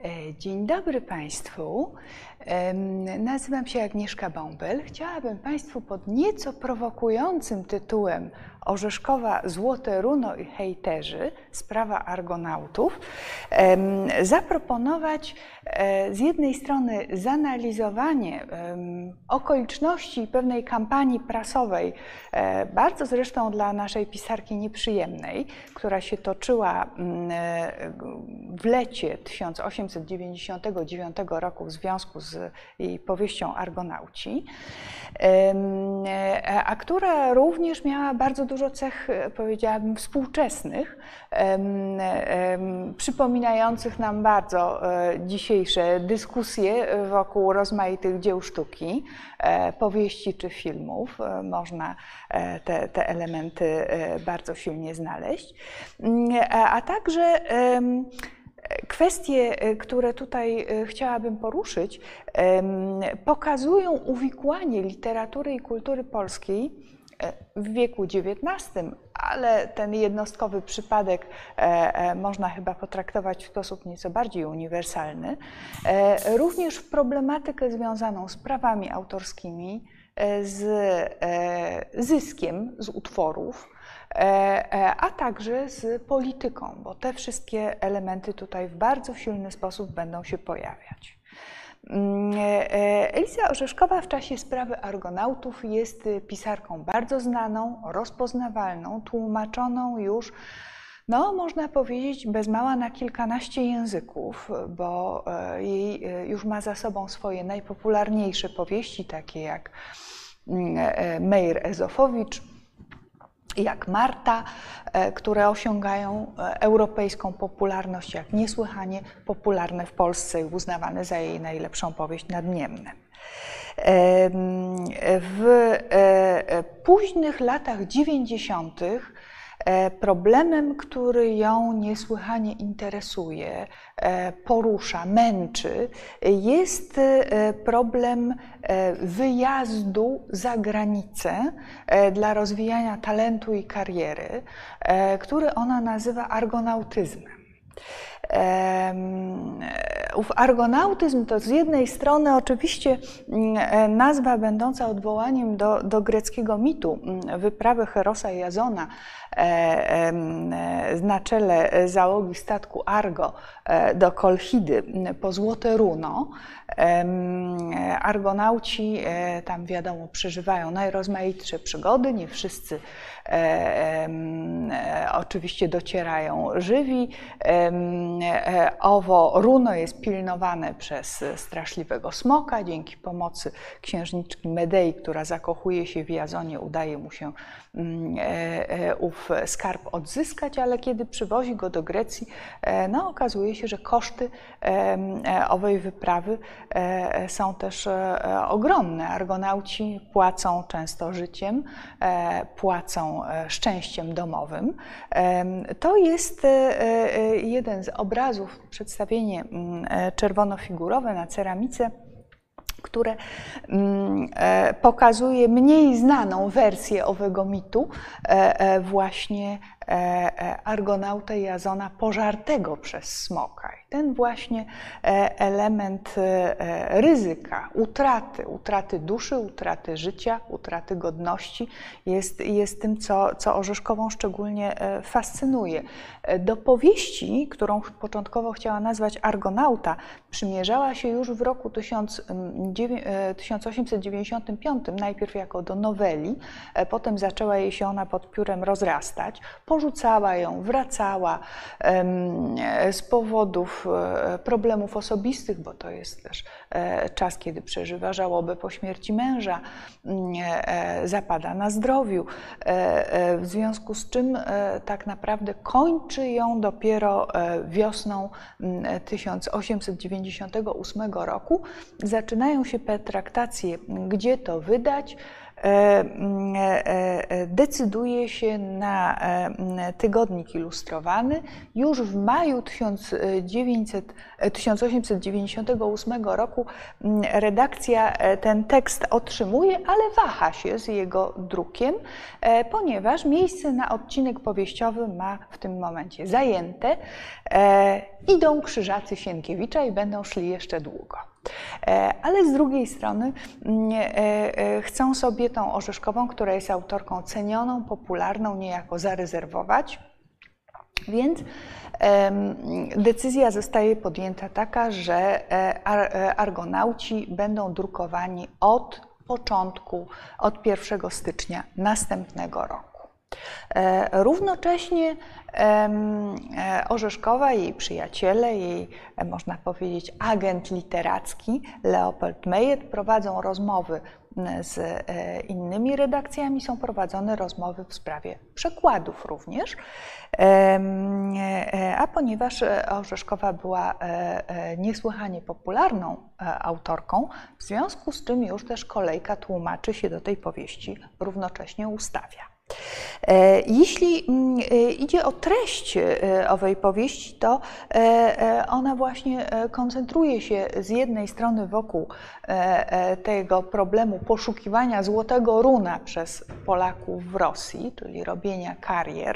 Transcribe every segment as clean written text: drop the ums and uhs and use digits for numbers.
Dzień dobry Państwu. Nazywam się Agnieszka Bąbel. Chciałabym Państwu pod nieco prowokującym tytułem Orzeszkowa, Złote Runo i hejterzy, sprawa Argonautów, zaproponować z jednej strony zanalizowanie okoliczności pewnej kampanii prasowej, bardzo zresztą dla naszej pisarki nieprzyjemnej, która się toczyła w lecie 1899 roku w związku z jej powieścią Argonauci, a która również miała bardzo dużo cech, powiedziałabym, współczesnych, przypominających nam bardzo dzisiejsze dyskusje wokół rozmaitych dzieł sztuki, powieści czy filmów. Można te elementy bardzo silnie znaleźć, a także kwestie, które tutaj chciałabym poruszyć, pokazują uwikłanie literatury i kultury polskiej w wieku XIX, ale ten jednostkowy przypadek można chyba potraktować w sposób nieco bardziej uniwersalny, również w problematykę związaną z prawami autorskimi, z zyskiem z utworów, a także z polityką, bo te wszystkie elementy tutaj w bardzo silny sposób będą się pojawiać. Eliza Orzeszkowa w czasie sprawy Argonautów jest pisarką bardzo znaną, rozpoznawalną, tłumaczoną już, no można powiedzieć, bez mała na kilkanaście języków, bo jej już ma za sobą swoje najpopularniejsze powieści, takie jak Meir Ezofowicz, jak Marta, które osiągają europejską popularność, jak niesłychanie popularne w Polsce i uznawane za jej najlepszą powieść Nadniemne. W późnych latach 90. problemem, który ją niesłychanie interesuje, porusza, męczy, jest problem wyjazdu za granicę dla rozwijania talentu i kariery, który ona nazywa argonautyzmem. Ów argonautyzm to z jednej strony oczywiście nazwa będąca odwołaniem do greckiego mitu wyprawy Herosa i Jazona na czele załogi statku Argo do Kolchidy po Złote Runo. Argonauci tam, wiadomo, przeżywają najrozmaitsze przygody, nie wszyscy oczywiście docierają żywi. Owo runo jest pilnowane przez straszliwego smoka. Dzięki pomocy księżniczki Medei, która zakochuje się w Jazonie, udaje mu się ów skarb odzyskać, ale kiedy przywozi go do Grecji, no, okazuje się, że koszty owej wyprawy są też ogromne. Argonauci płacą często życiem, płacą szczęściem domowym. To jest jeden z obrazów, przedstawienie czerwonofigurowe na ceramice, które pokazuje mniej znaną wersję owego mitu, właśnie Argonautę Jazona pożartego przez smoka. I ten właśnie element ryzyka, utraty duszy, utraty życia, utraty godności jest tym, co Orzeszkową szczególnie fascynuje. Do powieści, którą początkowo chciała nazwać Argonauta, przymierzała się już w roku 1895, najpierw jako do noweli, potem zaczęła jej się ona pod piórem rozrastać. Porzucała ją, wracała z powodów problemów osobistych, bo to jest też czas, kiedy przeżywa żałobę po śmierci męża, zapada na zdrowiu, w związku z czym tak naprawdę kończy ją dopiero wiosną 1898 roku. Zaczynają się pertraktacje, gdzie to wydać. decyduje się na tygodnik ilustrowany. Już w maju 1898 roku redakcja ten tekst otrzymuje, ale waha się z jego drukiem, ponieważ miejsce na odcinek powieściowy ma w tym momencie zajęte. Idą krzyżacy Sienkiewicza i będą szli jeszcze długo. Ale z drugiej strony chcą sobie tą Orzeszkową, która jest autorką cenioną, popularną, niejako zarezerwować. Więc decyzja zostaje podjęta taka, że Argonauci będą drukowani od początku, od 1 stycznia następnego roku. Równocześnie Orzeszkowa, jej przyjaciele, jej, można powiedzieć, agent literacki Leopold Meyer prowadzą rozmowy z innymi redakcjami, są prowadzone rozmowy w sprawie przekładów również, a ponieważ Orzeszkowa była niesłychanie popularną autorką, w związku z czym już też kolejka tłumaczy się do tej powieści równocześnie ustawia. Jeśli idzie o treść owej powieści, to ona właśnie koncentruje się z jednej strony wokół tego problemu poszukiwania złotego runa przez Polaków w Rosji, czyli robienia karier.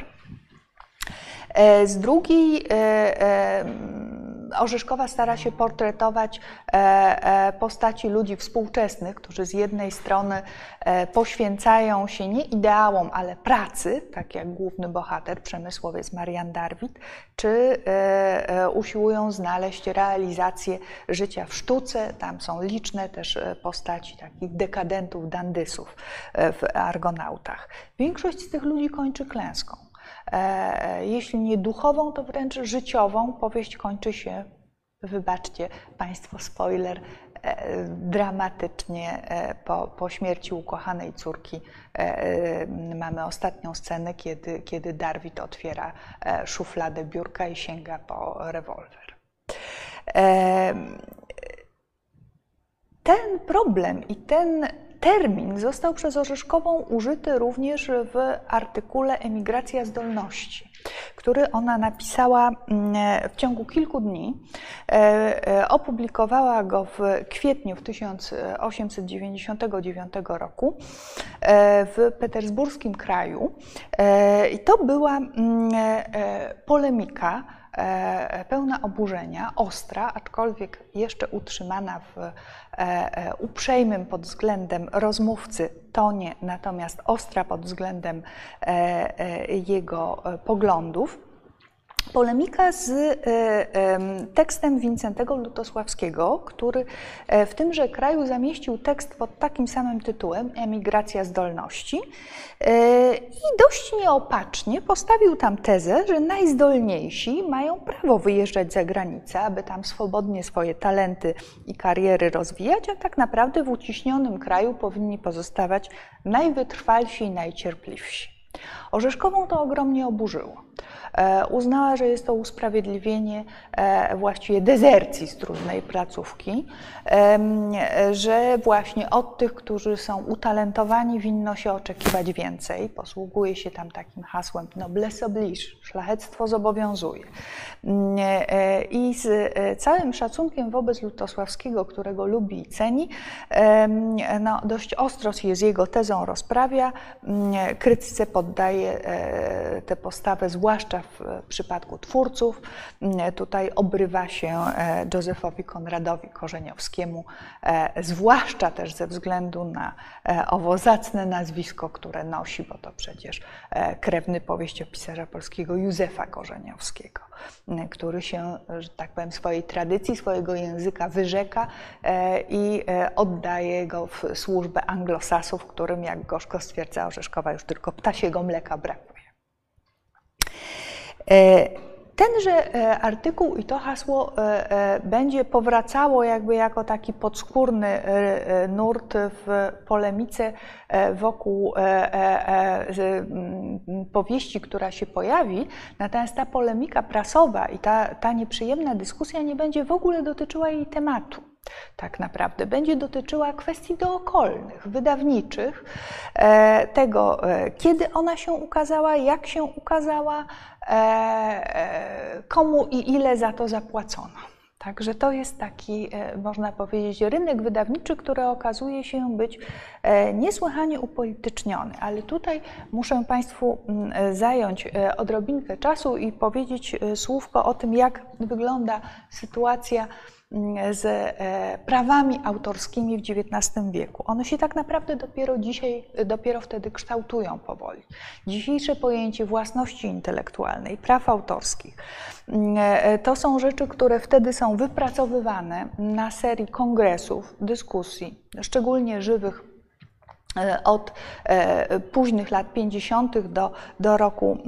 Z drugiej Orzeszkowa stara się portretować postaci ludzi współczesnych, którzy z jednej strony poświęcają się nie ideałom, ale pracy, tak jak główny bohater, przemysłowiec Marian Darwit, czy usiłują znaleźć realizację życia w sztuce. Tam są liczne też postaci takich dekadentów, dandysów w Argonautach. Większość z tych ludzi kończy klęską. Jeśli nie duchową, to wręcz życiową. Powieść kończy się, wybaczcie Państwo spoiler, dramatycznie po śmierci ukochanej córki. Mamy ostatnią scenę, kiedy Darwit otwiera szufladę biurka i sięga po rewolwer. Ten problem i ten termin został przez Orzeszkową użyty również w artykule Emigracja zdolności, który ona napisała w ciągu kilku dni. Opublikowała go w kwietniu 1899 roku w petersburskim Kraju. I to była polemika pełna oburzenia, ostra, aczkolwiek jeszcze utrzymana w uprzejmym pod względem rozmówcy tonie, natomiast ostra pod względem jego poglądów. Polemika z tekstem Wincentego Lutosławskiego, który w tymże kraju zamieścił tekst pod takim samym tytułem Emigracja zdolności i dość nieopatrznie postawił tam tezę, że najzdolniejsi mają prawo wyjeżdżać za granicę, aby tam swobodnie swoje talenty i kariery rozwijać, a tak naprawdę w uciśnionym kraju powinni pozostawać najwytrwalsi i najcierpliwsi. Orzeszkową to ogromnie oburzyło. Uznała, że jest to usprawiedliwienie właściwie dezercji z trudnej placówki, że właśnie od tych, którzy są utalentowani, winno się oczekiwać więcej. Posługuje się tam takim hasłem noblesse oblige, szlachectwo zobowiązuje. I z całym szacunkiem wobec Lutosławskiego, którego lubi i ceni, no, dość ostro się z jego tezą rozprawia, krytyce poddaje tę postawę, zwłaszcza w przypadku twórców. Tutaj obrywa się Józefowi Konradowi Korzeniowskiemu, zwłaszcza też ze względu na owo zacne nazwisko, które nosi, bo to przecież krewny powieściopisarza polskiego Józefa Korzeniowskiego, który się, że tak powiem, swojej tradycji, swojego języka wyrzeka i oddaje go w służbę anglosasów, którym, jak gorzko stwierdza Orzeszkowa, już tylko ptasiego mleka brakuje. Tenże artykuł i to hasło będzie powracało jakby jako taki podskórny nurt w polemice wokół powieści, która się pojawi, natomiast ta polemika prasowa i ta nieprzyjemna dyskusja nie będzie w ogóle dotyczyła jej tematu. tak naprawdę. Będzie dotyczyła kwestii dookolnych, wydawniczych, tego, kiedy ona się ukazała, jak się ukazała, komu i ile za to zapłacono. Także to jest taki, można powiedzieć, rynek wydawniczy, który okazuje się być niesłychanie upolityczniony. Ale tutaj muszę Państwu zająć odrobinkę czasu i powiedzieć słówko o tym, jak wygląda sytuacja z prawami autorskimi w XIX wieku. One się tak naprawdę dopiero wtedy kształtują powoli. Dzisiejsze pojęcie własności intelektualnej, praw autorskich, to są rzeczy, które wtedy są wypracowywane na serii kongresów, dyskusji, szczególnie żywych, od późnych lat 50. do roku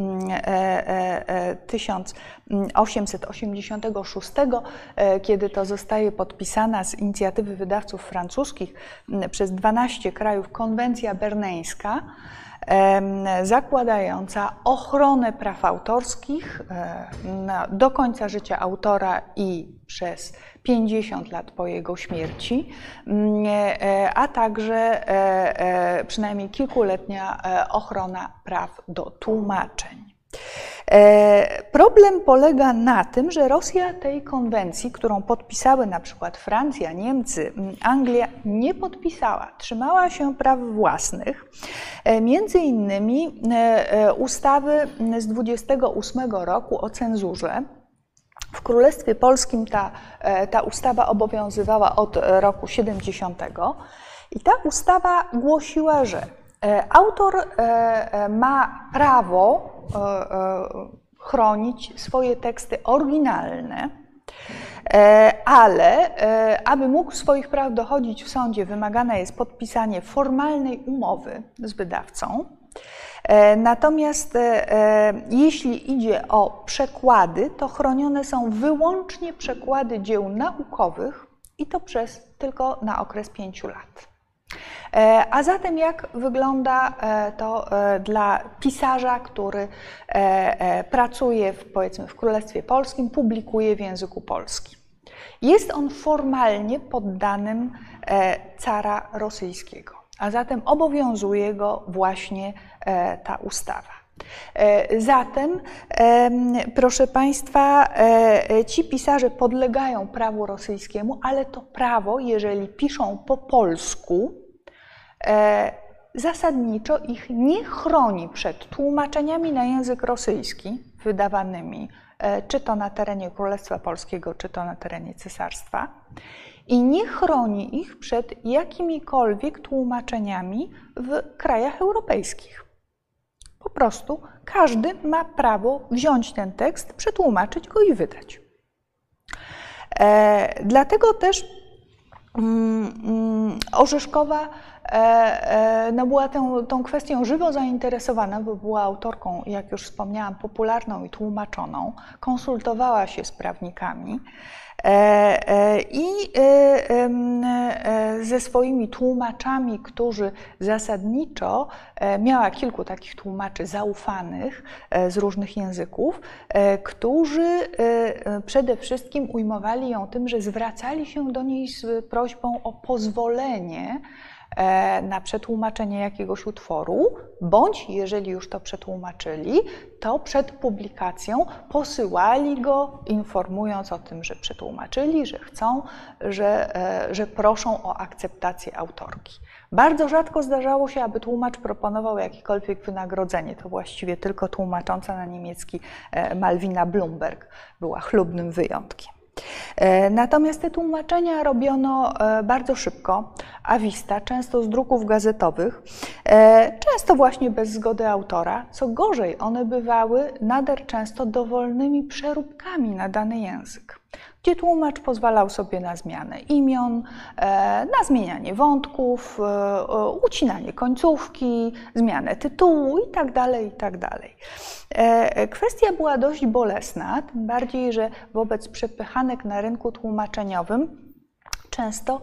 1886, kiedy to zostaje podpisana z inicjatywy wydawców francuskich przez 12 krajów konwencja berneńska, zakładająca ochronę praw autorskich do końca życia autora i przez 50 lat po jego śmierci, a także przynajmniej kilkuletnia ochrona praw do tłumaczeń. Problem polega na tym, że Rosja tej konwencji, którą podpisały na przykład Francja, Niemcy, Anglia, nie podpisała. Trzymała się praw własnych. Między innymi ustawy z 28 roku o cenzurze. W Królestwie Polskim ta ustawa obowiązywała od roku 70. I ta ustawa głosiła, że autor ma prawo chronić swoje teksty oryginalne, ale aby mógł swoich praw dochodzić w sądzie, wymagane jest podpisanie formalnej umowy z wydawcą. Natomiast jeśli idzie o przekłady, to chronione są wyłącznie przekłady dzieł naukowych i to tylko na okres 5 lat. A zatem jak wygląda to dla pisarza, który pracuje powiedzmy w Królestwie Polskim, publikuje w języku polskim? Jest on formalnie poddanym cara rosyjskiego, a zatem obowiązuje go właśnie ta ustawa. Zatem, proszę Państwa, ci pisarze podlegają prawu rosyjskiemu, ale to prawo, jeżeli piszą po polsku, zasadniczo ich nie chroni przed tłumaczeniami na język rosyjski wydawanymi, czy to na terenie Królestwa Polskiego, czy to na terenie Cesarstwa, i nie chroni ich przed jakimikolwiek tłumaczeniami w krajach europejskich. Po prostu każdy ma prawo wziąć ten tekst, przetłumaczyć go i wydać. Dlatego też Orzeszkowa była tą kwestią żywo zainteresowana, bo była autorką, jak już wspomniałam, popularną i tłumaczoną, konsultowała się z prawnikami i ze swoimi tłumaczami, którzy zasadniczo, miała kilku takich tłumaczy zaufanych z różnych języków, którzy przede wszystkim ujmowali ją tym, że zwracali się do niej z prośbą o pozwolenie na przetłumaczenie jakiegoś utworu, bądź jeżeli już to przetłumaczyli, to przed publikacją posyłali go, informując o tym, że przetłumaczyli, że chcą, że proszą o akceptację autorki. Bardzo rzadko zdarzało się, aby tłumacz proponował jakiekolwiek wynagrodzenie. To właściwie tylko tłumacząca na niemiecki Malwina Blumberg była chlubnym wyjątkiem. Natomiast te tłumaczenia robiono bardzo szybko, a vista, często z druków gazetowych, często właśnie bez zgody autora. Co gorzej, one bywały nader często dowolnymi przeróbkami na dany język, gdzie tłumacz pozwalał sobie na zmianę imion, na zmienianie wątków, ucinanie końcówki, zmianę tytułu itd., itd. Kwestia była dość bolesna, tym bardziej, że wobec przepychanek na rynku tłumaczeniowym często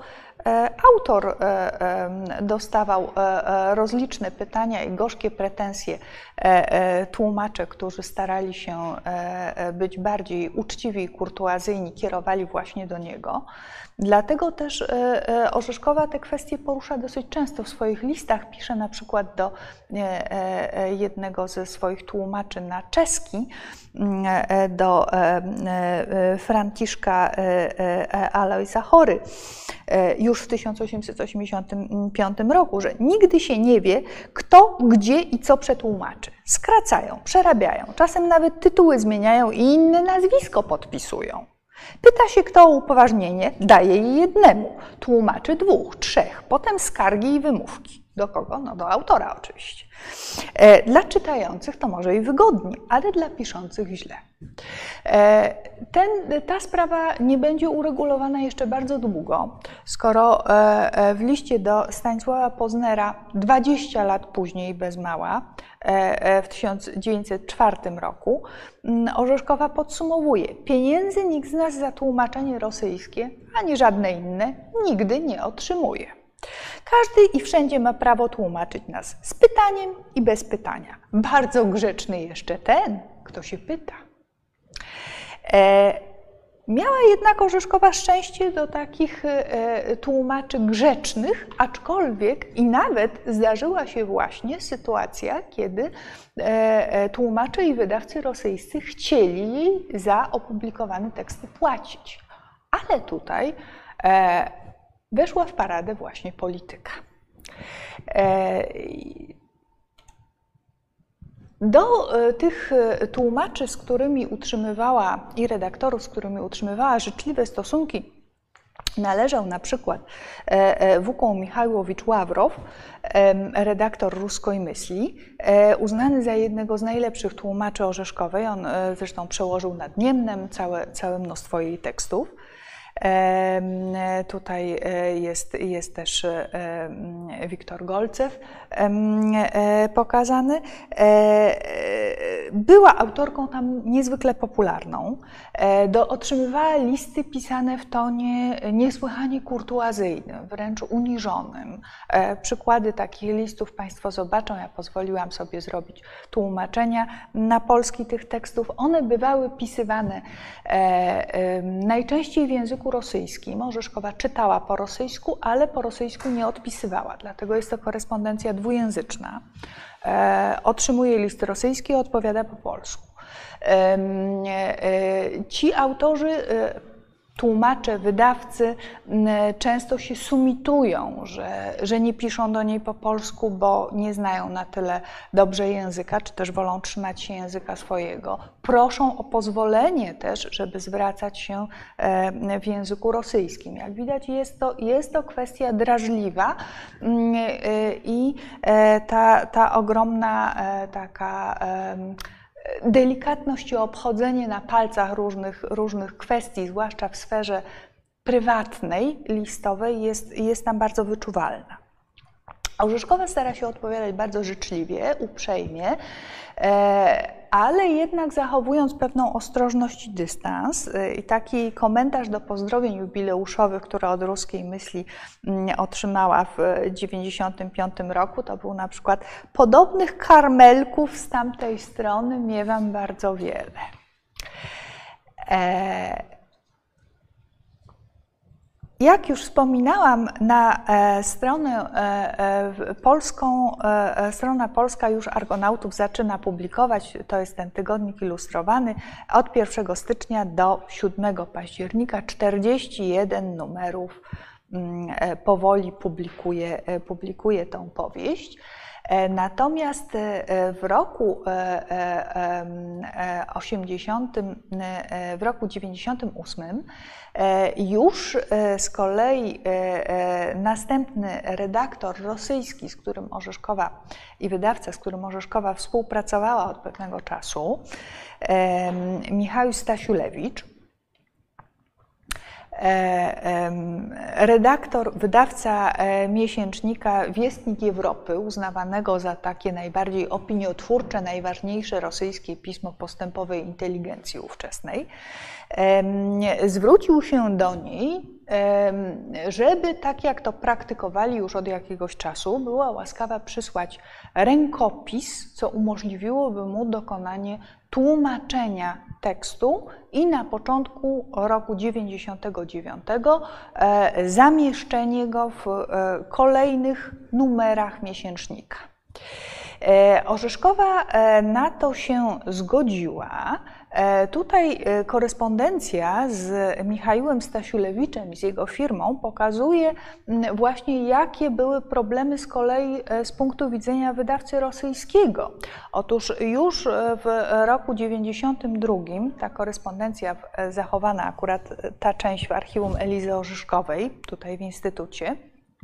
autor dostawał rozliczne pytania i gorzkie pretensje. Tłumacze, którzy starali się być bardziej uczciwi i kurtuazyjni, kierowali właśnie do niego. Dlatego też Orzeszkowa te kwestie porusza dosyć często w swoich listach. Pisze na przykład do jednego ze swoich tłumaczy na czeski, do Franciszka Alojza Chory, już w 1885 roku, że nigdy się nie wie, kto, gdzie i co przetłumaczy. Skracają, przerabiają, czasem nawet tytuły zmieniają i inne nazwisko podpisują. Pyta się, kto o upoważnienie, daje je jednemu, tłumaczy dwóch, trzech, potem skargi i wymówki. Do kogo? No do autora oczywiście. Dla czytających to może i wygodnie, ale dla piszących źle. Ta sprawa nie będzie uregulowana jeszcze bardzo długo, skoro w liście do Stanisława Poznera 20 lat później, bez mała, w 1904 roku, Orzeszkowa podsumowuje: pieniędzy nikt z nas za tłumaczenie rosyjskie, ani żadne inne, nigdy nie otrzymuje. Każdy i wszędzie ma prawo tłumaczyć nas z pytaniem i bez pytania. Bardzo grzeczny jeszcze ten, kto się pyta. Miała jednak Orzeszkowa szczęście do takich tłumaczy grzecznych, aczkolwiek i nawet zdarzyła się właśnie sytuacja, kiedy tłumacze i wydawcy rosyjscy chcieli jej za opublikowane teksty płacić. Ale tutaj weszła w paradę właśnie polityka. Do tych tłumaczy, z którymi utrzymywała i redaktorów, z którymi utrzymywała życzliwe stosunki, należał na przykład Wukoł Michajłowicz Ławrow, redaktor Ruskiej Myśli, uznany za jednego z najlepszych tłumaczy Orzeszkowej. On zresztą przełożył nad Niemnem całe mnóstwo jej tekstów. Tutaj jest też Wiktor Golcew pokazany. Była autorką tam niezwykle popularną. Otrzymywała listy pisane w tonie niesłychanie kurtuazyjnym, wręcz uniżonym. Przykłady takich listów Państwo zobaczą. Ja pozwoliłam sobie zrobić tłumaczenia na polski tych tekstów. One bywały pisywane najczęściej w języku rosyjskim. Orzeszkowa czytała po rosyjsku, ale po rosyjsku nie odpisywała, dlatego jest to korespondencja dwujęzyczna. Otrzymuje list rosyjski, odpowiada po polsku. Ci autorzy, tłumacze, wydawcy często się sumitują, że nie piszą do niej po polsku, bo nie znają na tyle dobrze języka, czy też wolą trzymać się języka swojego. Proszą o pozwolenie też, żeby zwracać się w języku rosyjskim. Jak widać, jest to kwestia drażliwa i ta ogromna taka delikatność i obchodzenie na palcach różnych kwestii, zwłaszcza w sferze prywatnej, listowej, jest tam bardzo wyczuwalna. Orzeszkowa stara się odpowiadać bardzo życzliwie, uprzejmie, ale jednak zachowując pewną ostrożność i dystans. I taki komentarz do pozdrowień jubileuszowych, które od Ruskiej Myśli otrzymała w 1995 roku, to był na przykład: podobnych karmelków z tamtej strony miewam bardzo wiele. Jak już wspominałam, na stronę polską, strona polska już Argonautów zaczyna publikować, to jest ten tygodnik ilustrowany, od 1 stycznia do 7 października 41 numerów powoli publikuje tą powieść. Natomiast w roku 98 już z kolei następny redaktor rosyjski, z którym Orzeszkowa i wydawca, z którym Orzeszkowa współpracowała od pewnego czasu, Michał Stasiulewicz, redaktor, wydawca miesięcznika Wiestnik Europy, uznawanego za takie najbardziej opiniotwórcze, najważniejsze rosyjskie pismo postępowej inteligencji ówczesnej, zwrócił się do niej żeby, tak jak to praktykowali już od jakiegoś czasu, była łaskawa przysłać rękopis, co umożliwiłoby mu dokonanie tłumaczenia tekstu i na początku roku 1999 zamieszczenie go w kolejnych numerach miesięcznika. Orzeszkowa na to się zgodziła. Tutaj korespondencja z Michałem Stasiulewiczem i z jego firmą pokazuje właśnie, jakie były problemy z kolei z punktu widzenia wydawcy rosyjskiego. Otóż już w roku 1992 ta korespondencja zachowana, akurat ta część w archiwum Elizy Orzeszkowej, tutaj w Instytucie,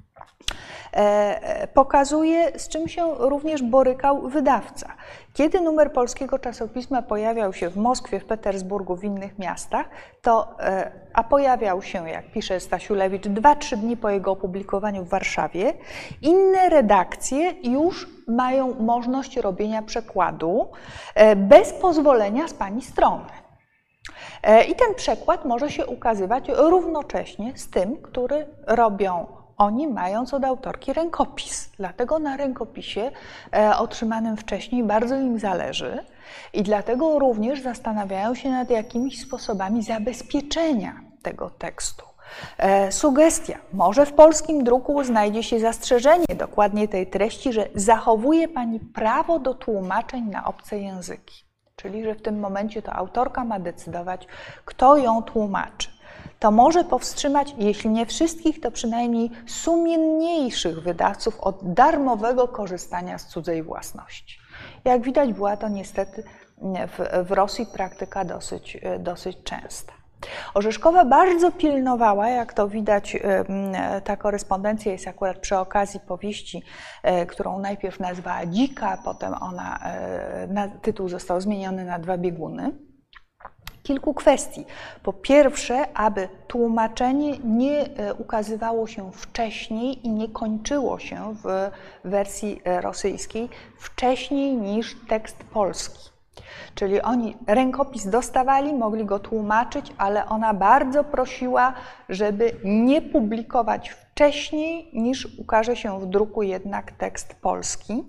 pokazuje, z czym się również borykał wydawca. Kiedy numer polskiego czasopisma pojawiał się w Moskwie, w Petersburgu, w innych miastach, a pojawiał się, jak pisze Stasiulewicz, 2-3 dni po jego opublikowaniu w Warszawie, inne redakcje już mają możliwość robienia przekładu bez pozwolenia z pani strony. I ten przekład może się ukazywać równocześnie z tym, który robią oni, mając od autorki rękopis. Dlatego na rękopisie otrzymanym wcześniej bardzo im zależy i dlatego również zastanawiają się nad jakimiś sposobami zabezpieczenia tego tekstu. Sugestia. Może w polskim druku znajdzie się zastrzeżenie dokładnie tej treści, że zachowuje pani prawo do tłumaczeń na obce języki. Czyli, że w tym momencie to autorka ma decydować, kto ją tłumaczy. To może powstrzymać, jeśli nie wszystkich, to przynajmniej sumienniejszych wydawców od darmowego korzystania z cudzej własności. Jak widać, była to niestety w Rosji praktyka dosyć częsta. Orzeszkowa bardzo pilnowała, jak to widać, ta korespondencja jest akurat przy okazji powieści, którą najpierw nazwała Dzika, potem tytuł został zmieniony na Dwa bieguny. Kilku kwestii. Po pierwsze, aby tłumaczenie nie ukazywało się wcześniej i nie kończyło się w wersji rosyjskiej wcześniej niż tekst polski. Czyli oni rękopis dostawali, mogli go tłumaczyć, ale ona bardzo prosiła, żeby nie publikować wcześniej niż ukaże się w druku jednak tekst polski.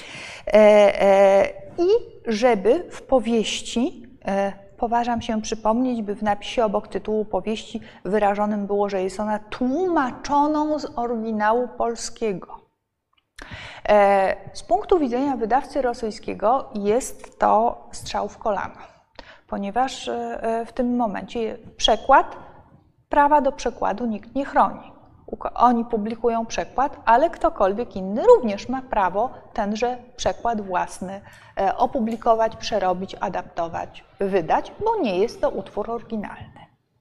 I żeby w powieści, poważam się przypomnieć, by w napisie obok tytułu powieści wyrażonym było, że jest ona tłumaczoną z oryginału polskiego. Z punktu widzenia wydawcy rosyjskiego jest to strzał w kolano, ponieważ w tym momencie prawa do przekładu nikt nie chroni. Oni publikują przekład, ale ktokolwiek inny również ma prawo tenże przekład własny opublikować, przerobić, adaptować, wydać, bo nie jest to utwór oryginalny.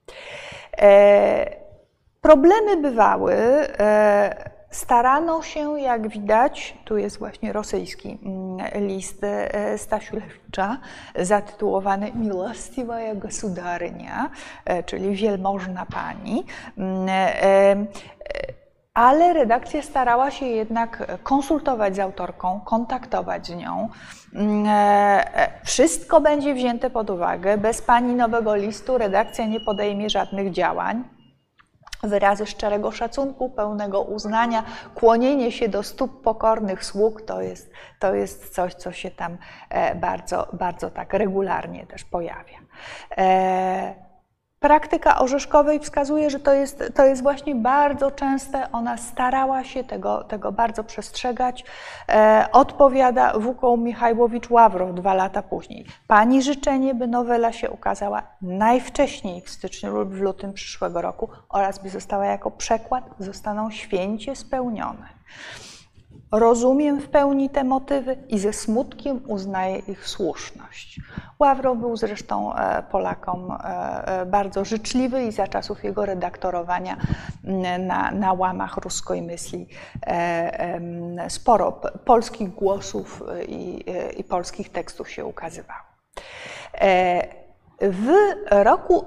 Problemy bywały. Starano się, jak widać, tu jest właśnie rosyjski list Stasiulewicza zatytułowany Miłostiwaya Gosudarynia, czyli wielmożna pani, ale redakcja starała się jednak konsultować z autorką, kontaktować z nią. Wszystko będzie wzięte pod uwagę. Bez pani nowego listu redakcja nie podejmie żadnych działań. Wyrazy szczerego szacunku, pełnego uznania, kłonienie się do stóp pokornych sług to jest coś, co się tam bardzo tak regularnie też pojawia. Praktyka Orzeszkowej wskazuje, że to jest właśnie bardzo częste. Ona starała się tego bardzo przestrzegać. Odpowiada Wukoł Michajłowicz Ławrow 2 lata później. Pani życzenie, by nowela się ukazała najwcześniej w styczniu lub w lutym przyszłego roku oraz by została jako przekład, zostaną święcie spełnione. Rozumiem w pełni te motywy i ze smutkiem uznaję ich słuszność. Ławrow był zresztą Polakom bardzo życzliwy i za czasów jego redaktorowania na łamach Ruskiej Myśli sporo polskich głosów i polskich tekstów się ukazywało. W roku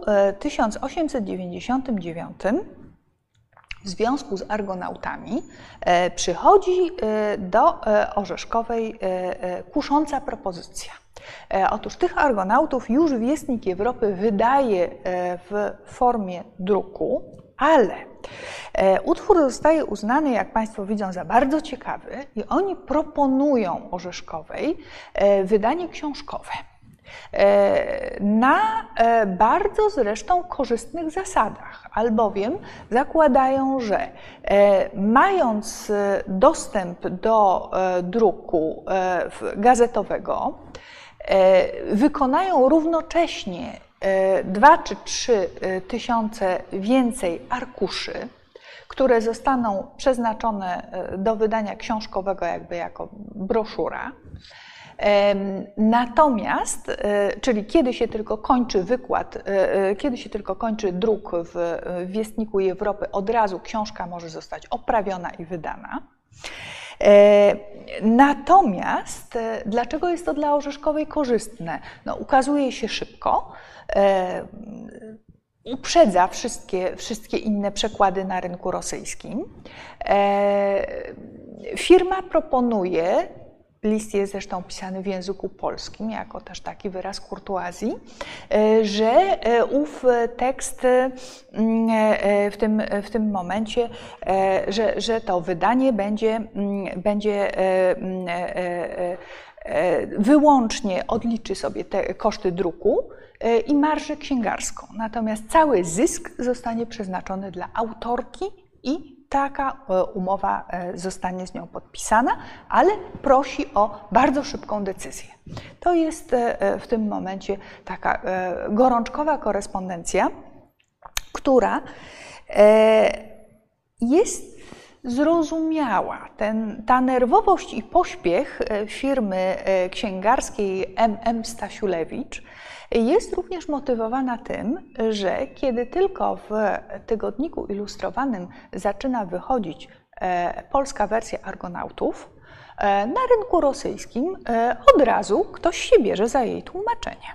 1899 w związku z Argonautami przychodzi do Orzeszkowej kusząca propozycja. Otóż tych Argonautów już Wieśnik Europy wydaje w formie druku, Ale utwór zostaje uznany, jak Państwo widzą, za bardzo ciekawy i oni proponują Orzeszkowej wydanie książkowe. Na bardzo zresztą korzystnych zasadach, albowiem zakładają, że mając dostęp do druku gazetowego, wykonają równocześnie 2 czy 3 tysiące więcej arkuszy, które zostaną przeznaczone do wydania książkowego jakby jako broszura. Natomiast, czyli kiedy się tylko kończy wykład, kiedy się tylko kończy druk w Wieściku Europy, od razu książka może zostać oprawiona i wydana. Natomiast dlaczego jest to dla Orzeszkowej korzystne? No, ukazuje się szybko, uprzedza wszystkie inne przekłady na rynku rosyjskim. Firma proponuje, list jest zresztą pisany w języku polskim, jako też taki wyraz kurtuazji, że ów tekst w tym momencie, że to wydanie będzie wyłącznie odliczy sobie te koszty druku i marżę księgarską. Natomiast cały zysk zostanie przeznaczony dla autorki i taka umowa zostanie z nią podpisana, ale prosi o bardzo szybką decyzję. To jest w tym momencie taka gorączkowa korespondencja, która jest zrozumiała. Ta nerwowość i pośpiech firmy księgarskiej M.M. Stasiulewicz jest również motywowana tym, że kiedy tylko w tygodniku ilustrowanym zaczyna wychodzić polska wersja Argonautów, na rynku rosyjskim od razu ktoś się bierze za jej tłumaczenie.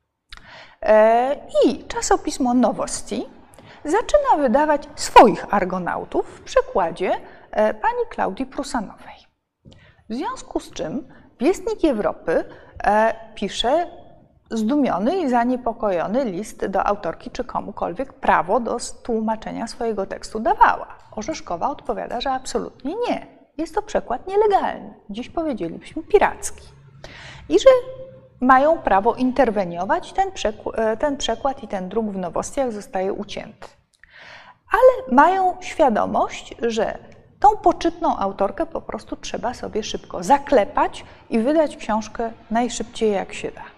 I czasopismo Nowosti zaczyna wydawać swoich Argonautów w przekładzie pani Klaudii Prusanowej. W związku z czym Wieścik Europy pisze zdumiony i zaniepokojony list do autorki, czy komukolwiek prawo do tłumaczenia swojego tekstu dawała. Orzeszkowa odpowiada, że absolutnie nie. Jest to przekład nielegalny. Dziś powiedzielibyśmy piracki. I że mają prawo interweniować, ten przekład i ten druk w Nowostiach zostaje ucięty. Ale mają świadomość, że tą poczytną autorkę po prostu trzeba sobie szybko zaklepać i wydać książkę najszybciej jak się da.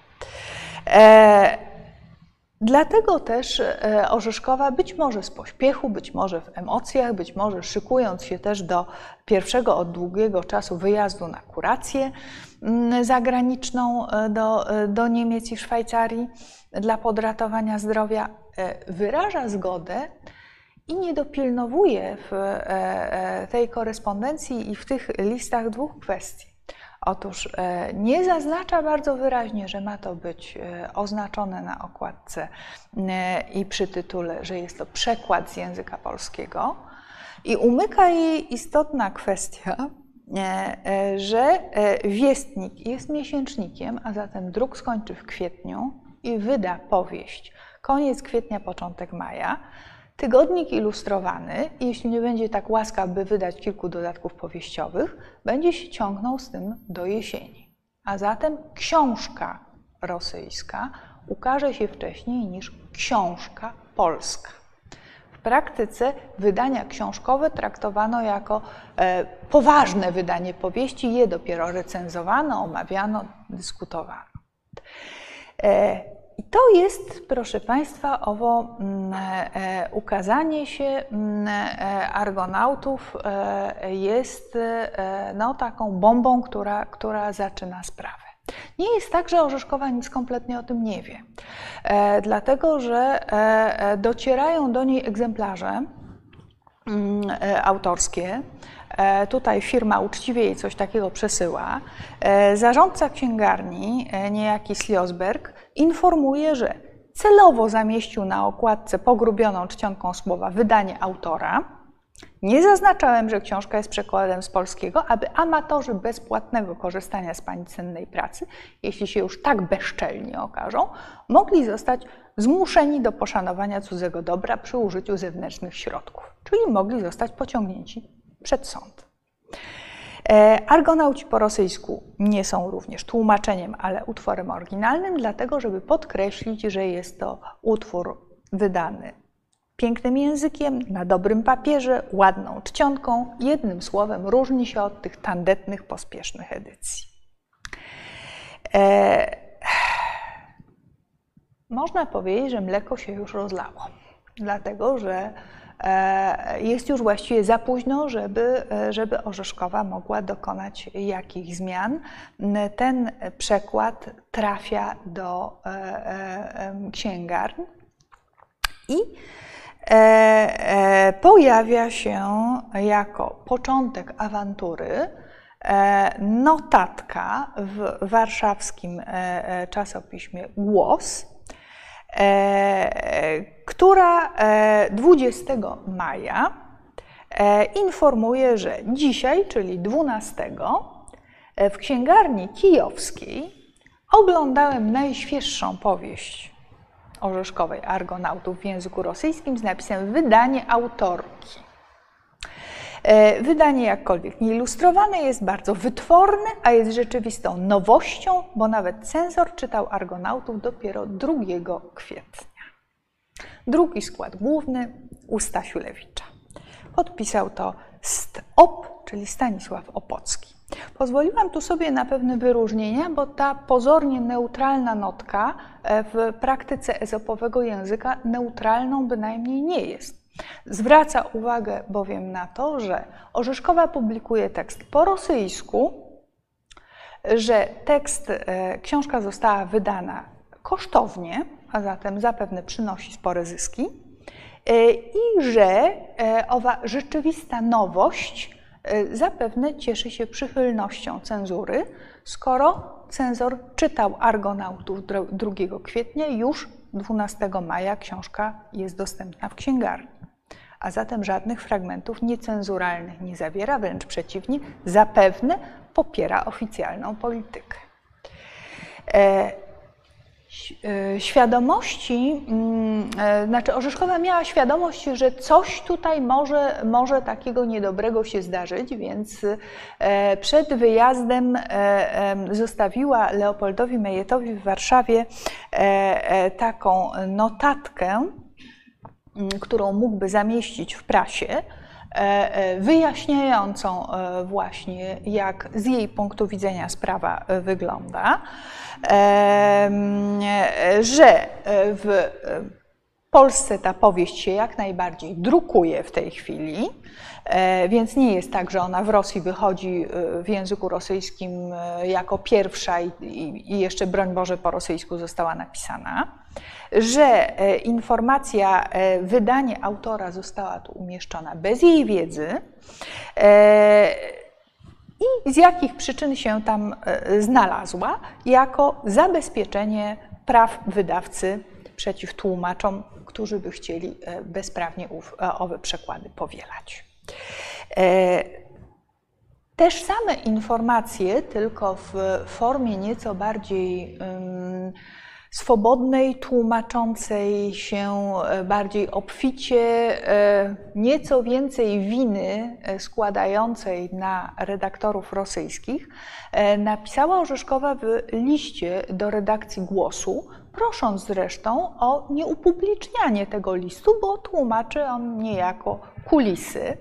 Dlatego też Orzeszkowa, być może z pośpiechu, być może w emocjach, być może szykując się też do pierwszego od długiego czasu wyjazdu na kurację zagraniczną do Niemiec i Szwajcarii dla podratowania zdrowia, wyraża zgodę i nie dopilnowuje w tej korespondencji i w tych listach dwóch kwestii. Otóż nie zaznacza bardzo wyraźnie, że ma to być oznaczone na okładce i przy tytule, że jest to przekład z języka polskiego, i umyka jej istotna kwestia, że Wieścik jest miesięcznikiem, a zatem druk skończy w kwietniu i wyda powieść koniec kwietnia, początek maja. Tygodnik ilustrowany, jeśli nie będzie tak łaskaw, by wydać kilku dodatków powieściowych, będzie się ciągnął z tym do jesieni. A zatem książka rosyjska ukaże się wcześniej niż książka polska. W praktyce wydania książkowe traktowano jako poważne wydanie powieści, je dopiero recenzowano, omawiano, dyskutowano. I to jest, proszę Państwa, owo ukazanie się Argonautów jest taką bombą, która zaczyna sprawę. Nie jest tak, że Orzeszkowa nic kompletnie o tym nie wie, dlatego że docierają do niej egzemplarze autorskie. Tutaj firma uczciwie jej coś takiego przesyła. Zarządca księgarni, niejaki Sliosberg, informuje, że celowo zamieścił na okładce pogrubioną czcionką słowa wydanie autora, Nie zaznaczałem, że książka jest przekładem z polskiego, aby amatorzy bezpłatnego korzystania z pani cennej pracy, jeśli się już tak bezczelnie okażą, mogli zostać zmuszeni do poszanowania cudzego dobra przy użyciu zewnętrznych środków, czyli mogli zostać pociągnięci przed sąd. Argonauci po rosyjsku nie są również tłumaczeniem, ale utworem oryginalnym, dlatego żeby podkreślić, że jest to utwór wydany pięknym językiem, na dobrym papierze, ładną czcionką. Jednym słowem różni się od tych tandetnych, pospiesznych edycji. Można powiedzieć, że mleko się już rozlało, dlatego że jest już właściwie za późno, żeby Orzeszkowa mogła dokonać jakichś zmian. Ten przekład trafia do księgarni i pojawia się jako początek awantury notatka w warszawskim czasopiśmie Głos, która 20 maja informuje, że dzisiaj, czyli 12, w księgarni kijowskiej oglądałem najświeższą powieść Orzeszkowej, Argonautów w języku rosyjskim z napisem wydanie autorki. Wydanie jakkolwiek nieilustrowane jest bardzo wytworne, a jest rzeczywistą nowością, bo nawet cenzor czytał Argonautów dopiero 2 kwietnia. Drugi skład główny u Stasiulewicza. Podpisał to STOP, czyli Stanisław Opocki. Pozwoliłam tu sobie na pewne wyróżnienia, bo ta pozornie neutralna notka w praktyce ezopowego języka neutralną bynajmniej nie jest. Zwraca uwagę bowiem na to, że Orzeszkowa publikuje tekst po rosyjsku, że książka została wydana kosztownie, a zatem zapewne przynosi spore zyski i że owa rzeczywista nowość zapewne cieszy się przychylnością cenzury, skoro cenzor czytał Argonautów 2 kwietnia, już 12 maja książka jest dostępna w księgarni. A zatem żadnych fragmentów niecenzuralnych nie zawiera, wręcz przeciwnie, zapewne popiera oficjalną politykę. Orzeszkowa miała świadomość, że coś tutaj może takiego niedobrego się zdarzyć, więc przed wyjazdem zostawiła Leopoldowi Mejetowi w Warszawie taką notatkę, którą mógłby zamieścić w prasie, wyjaśniającą właśnie, jak z jej punktu widzenia sprawa wygląda, że w Polsce ta powieść się jak najbardziej drukuje w tej chwili, więc nie jest tak, że ona w Rosji wychodzi w języku rosyjskim jako pierwsza i jeszcze, broń Boże, po rosyjsku została napisana, że informacja, wydanie autora została tu umieszczona bez jej wiedzy i z jakich przyczyn się tam znalazła, jako zabezpieczenie praw wydawcy przeciw tłumaczom, którzy by chcieli bezprawnie owe przekłady powielać. Też same informacje, tylko w formie nieco bardziej swobodnej, tłumaczącej się bardziej obficie, nieco więcej winy składającej na redaktorów rosyjskich, napisała Orzeszkowa w liście do redakcji Głosu, prosząc zresztą o nieupublicznianie tego listu, bo tłumaczy on niejako kulisy.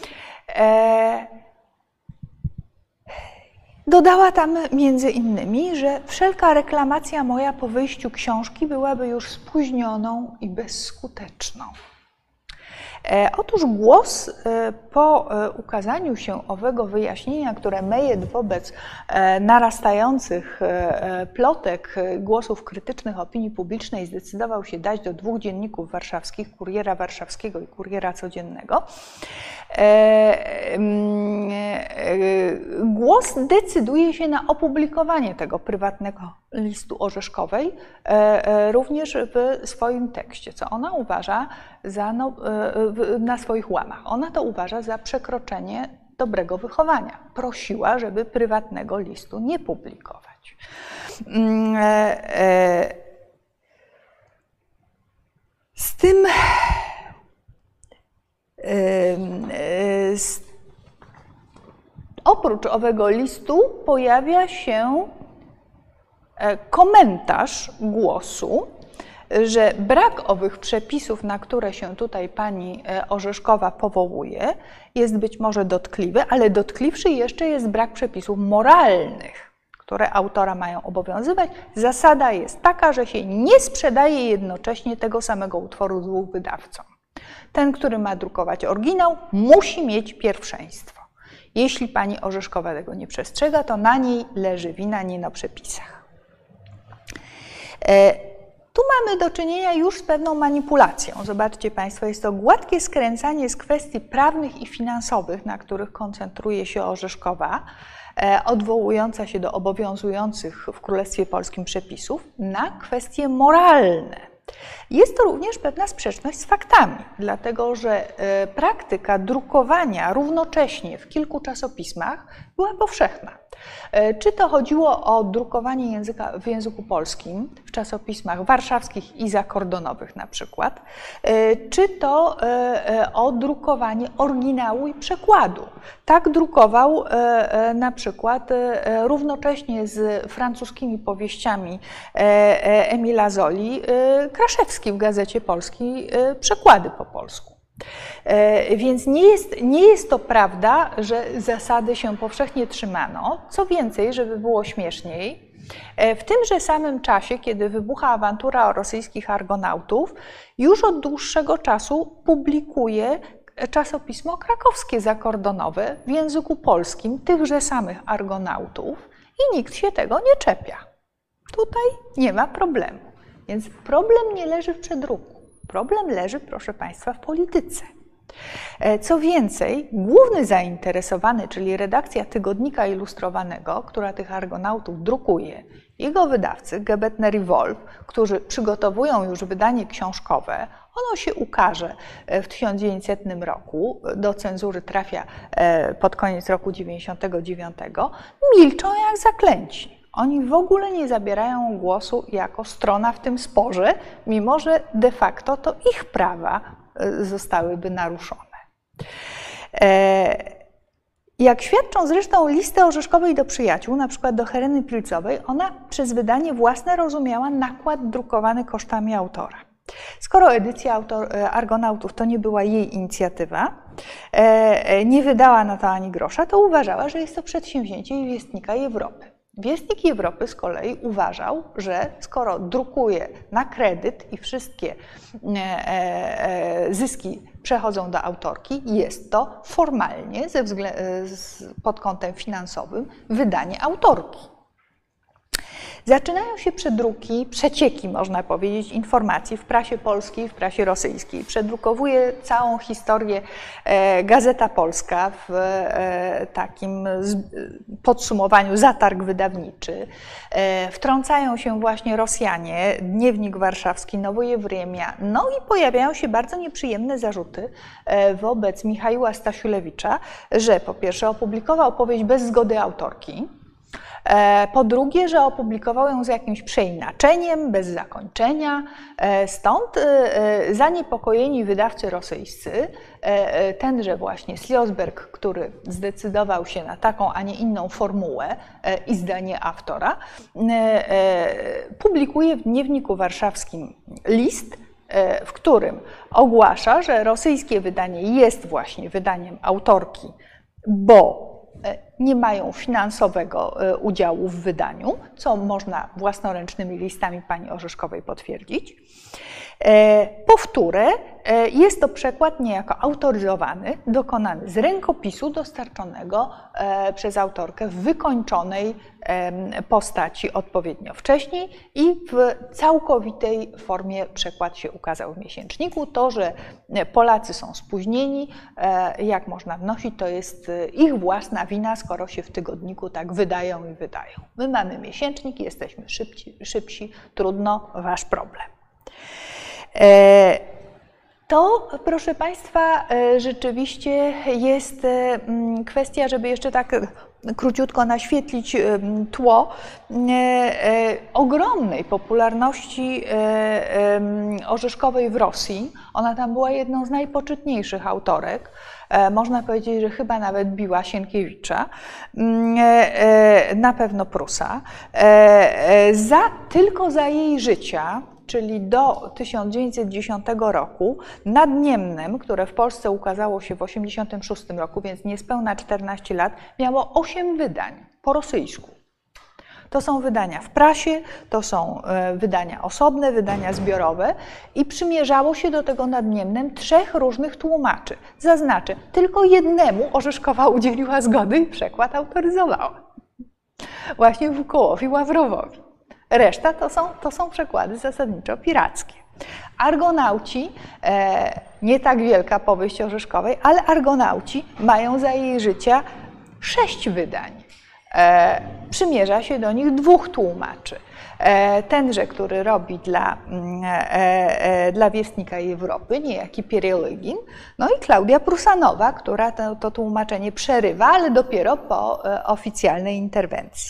Dodała tam między innymi, że wszelka reklamacja moja po wyjściu książki byłaby już spóźnioną i bezskuteczną. Otóż Głos po ukazaniu się owego wyjaśnienia, które Mejet wobec narastających plotek, głosów krytycznych opinii publicznej zdecydował się dać do 2 dzienników warszawskich, Kuriera Warszawskiego i Kuriera Codziennego, Głos decyduje się na opublikowanie tego prywatnego listu Orzeszkowej również w swoim tekście, co ona uważa za, na swoich łamach. Ona to uważa za przekroczenie dobrego wychowania. Prosiła, żeby prywatnego listu nie publikować. Z tym oprócz owego listu pojawia się komentarz Głosu, że brak owych przepisów, na które się tutaj pani Orzeszkowa powołuje, jest być może dotkliwy, ale dotkliwszy jeszcze jest brak przepisów moralnych, które autora mają obowiązywać. Zasada jest taka, że się nie sprzedaje jednocześnie tego samego utworu dwóch wydawcom. Ten, który ma drukować oryginał, musi mieć pierwszeństwo. Jeśli pani Orzeszkowa tego nie przestrzega, to na niej leży wina, nie na przepisach. Tu mamy do czynienia już z pewną manipulacją. Zobaczcie państwo, jest to gładkie skręcanie z kwestii prawnych i finansowych, na których koncentruje się Orzeszkowa, odwołująca się do obowiązujących w Królestwie Polskim przepisów, na kwestie moralne. Jest to również pewna sprzeczność z faktami, dlatego że praktyka drukowania równocześnie w kilku czasopismach była powszechna. Czy to chodziło o drukowanie w języku polskim w czasopismach warszawskich i zakordonowych na przykład, czy to o drukowanie oryginału i przekładu. Tak drukował na przykład równocześnie z francuskimi powieściami Emila Zoli Kraszewski w Gazecie Polskiej przekłady po polsku. Więc nie jest to prawda, że zasady się powszechnie trzymano. Co więcej, żeby było śmieszniej, w tymże samym czasie, kiedy wybucha awantura o rosyjskich argonautów, już od dłuższego czasu publikuje czasopismo krakowskie zakordonowe w języku polskim tychże samych argonautów i nikt się tego nie czepia. Tutaj nie ma problemu. Więc problem nie leży w przedruku. Problem leży, proszę państwa, w polityce. Co więcej, główny zainteresowany, czyli redakcja Tygodnika Ilustrowanego, która tych argonautów drukuje, jego wydawcy, Gebetner i Wolf, którzy przygotowują już wydanie książkowe, ono się ukaże w 1900 roku, do cenzury trafia pod koniec roku 1999, milczą jak zaklęci. Oni w ogóle nie zabierają głosu jako strona w tym sporze, mimo że de facto to ich prawa zostałyby naruszone. Jak świadczą zresztą listy Orzeszkowej do przyjaciół, na przykład do Heleny Pilcowej, ona przez wydanie własne rozumiała nakład drukowany kosztami autora. Skoro edycja Argonautów to nie była jej inicjatywa, nie wydała na to ani grosza, to uważała, że jest to przedsięwzięcie Wieśnika Europy. Wieśnik Europy z kolei uważał, że skoro drukuje na kredyt i wszystkie zyski przechodzą do autorki, jest to formalnie pod kątem finansowym wydanie autorki. Zaczynają się przedruki, przecieki, można powiedzieć, informacji w prasie polskiej, w prasie rosyjskiej. Przedrukowuje całą historię Gazeta Polska w takim podsumowaniu zatarg wydawniczy. Wtrącają się właśnie Rosjanie, Dniewnik Warszawski, Nowoje Wremia. No i pojawiają się bardzo nieprzyjemne zarzuty wobec Michaiła Stasiulewicza, że po pierwsze opublikował powieść bez zgody autorki, po drugie, że opublikował ją z jakimś przeinaczeniem, bez zakończenia. Stąd zaniepokojeni wydawcy rosyjscy, tenże właśnie Slosberg, który zdecydował się na taką, a nie inną formułę i zdanie autora, publikuje w Dniewniku Warszawskim list, w którym ogłasza, że rosyjskie wydanie jest właśnie wydaniem autorki, bo nie mają finansowego udziału w wydaniu, co można własnoręcznymi listami pani Orzeszkowej potwierdzić. Powtórę, jest to przekład niejako autoryzowany, dokonany z rękopisu dostarczonego przez autorkę w wykończonej postaci odpowiednio wcześniej i w całkowitej formie przekład się ukazał w miesięczniku. To, że Polacy są spóźnieni, jak można wnosić, to jest ich własna wina, z skoro się w tygodniku tak wydają i wydają. My mamy miesięcznik, jesteśmy szybsi, trudno, wasz problem. To, proszę Państwa, rzeczywiście jest kwestia, żeby jeszcze tak króciutko naświetlić tło ogromnej popularności Orzeszkowej w Rosji. Ona tam była jedną z najpoczytniejszych autorek. Można powiedzieć, że chyba nawet biła Sienkiewicza, na pewno Prusa. Tylko za jej życia, czyli do 1910 roku, nad Niemnem, które w Polsce ukazało się w 1986 roku, więc niespełna 14 lat, miało 8 wydań po rosyjsku. To są wydania w prasie, to są wydania osobne, wydania zbiorowe i przymierzało się do tego nad Niemnem 3 różnych tłumaczy. Zaznaczę, tylko jednemu Orzeszkowa udzieliła zgody i przekład autoryzowała. Właśnie Wokołowi Ławrowowi. Reszta to są przekłady zasadniczo pirackie. Argonauci, nie tak wielka powieść Orzeszkowej, ale Argonauci mają za jej życia 6 wydań. Przymierza się do nich 2 tłumaczy. Tenże, który robi dla Wiestnika i Europy, niejaki Pierylygin, no i Klaudia Prusanowa, która to tłumaczenie przerywa, ale dopiero po oficjalnej interwencji.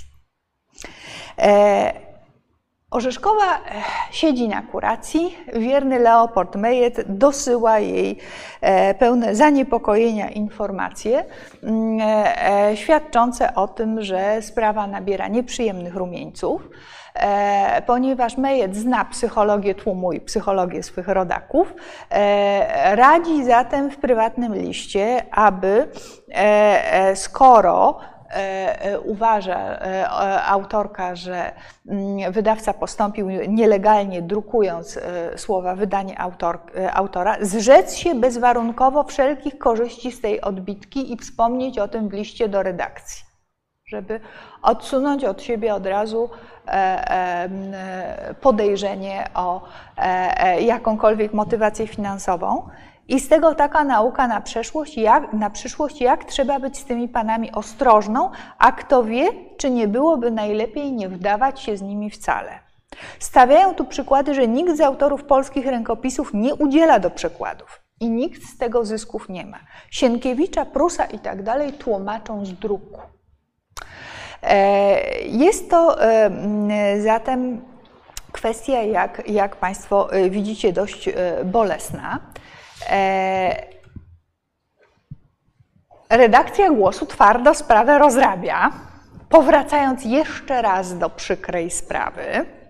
Orzeszkowa siedzi na kuracji, wierny Leopold Mejet dosyła jej pełne zaniepokojenia informacje świadczące o tym, że sprawa nabiera nieprzyjemnych rumieńców, ponieważ Mejet zna psychologię tłumu i psychologię swych rodaków, radzi zatem w prywatnym liście, aby skoro uważa autorka, że wydawca postąpił nielegalnie, drukując słowa wydanie autora, zrzec się bezwarunkowo wszelkich korzyści z tej odbitki i wspomnieć o tym w liście do redakcji, żeby odsunąć od siebie od razu podejrzenie o jakąkolwiek motywację finansową. I z tego taka nauka na przyszłość, jak trzeba być z tymi panami ostrożną, a kto wie, czy nie byłoby najlepiej nie wdawać się z nimi wcale. Stawiają tu przykłady, że nikt z autorów polskich rękopisów nie udziela do przekładów i nikt z tego zysków nie ma. Sienkiewicza, Prusa i tak dalej tłumaczą z druku. Jest to zatem kwestia, jak Państwo widzicie, dość bolesna. Redakcja Głosu twardo sprawę rozrabia, powracając jeszcze raz do przykrej sprawy.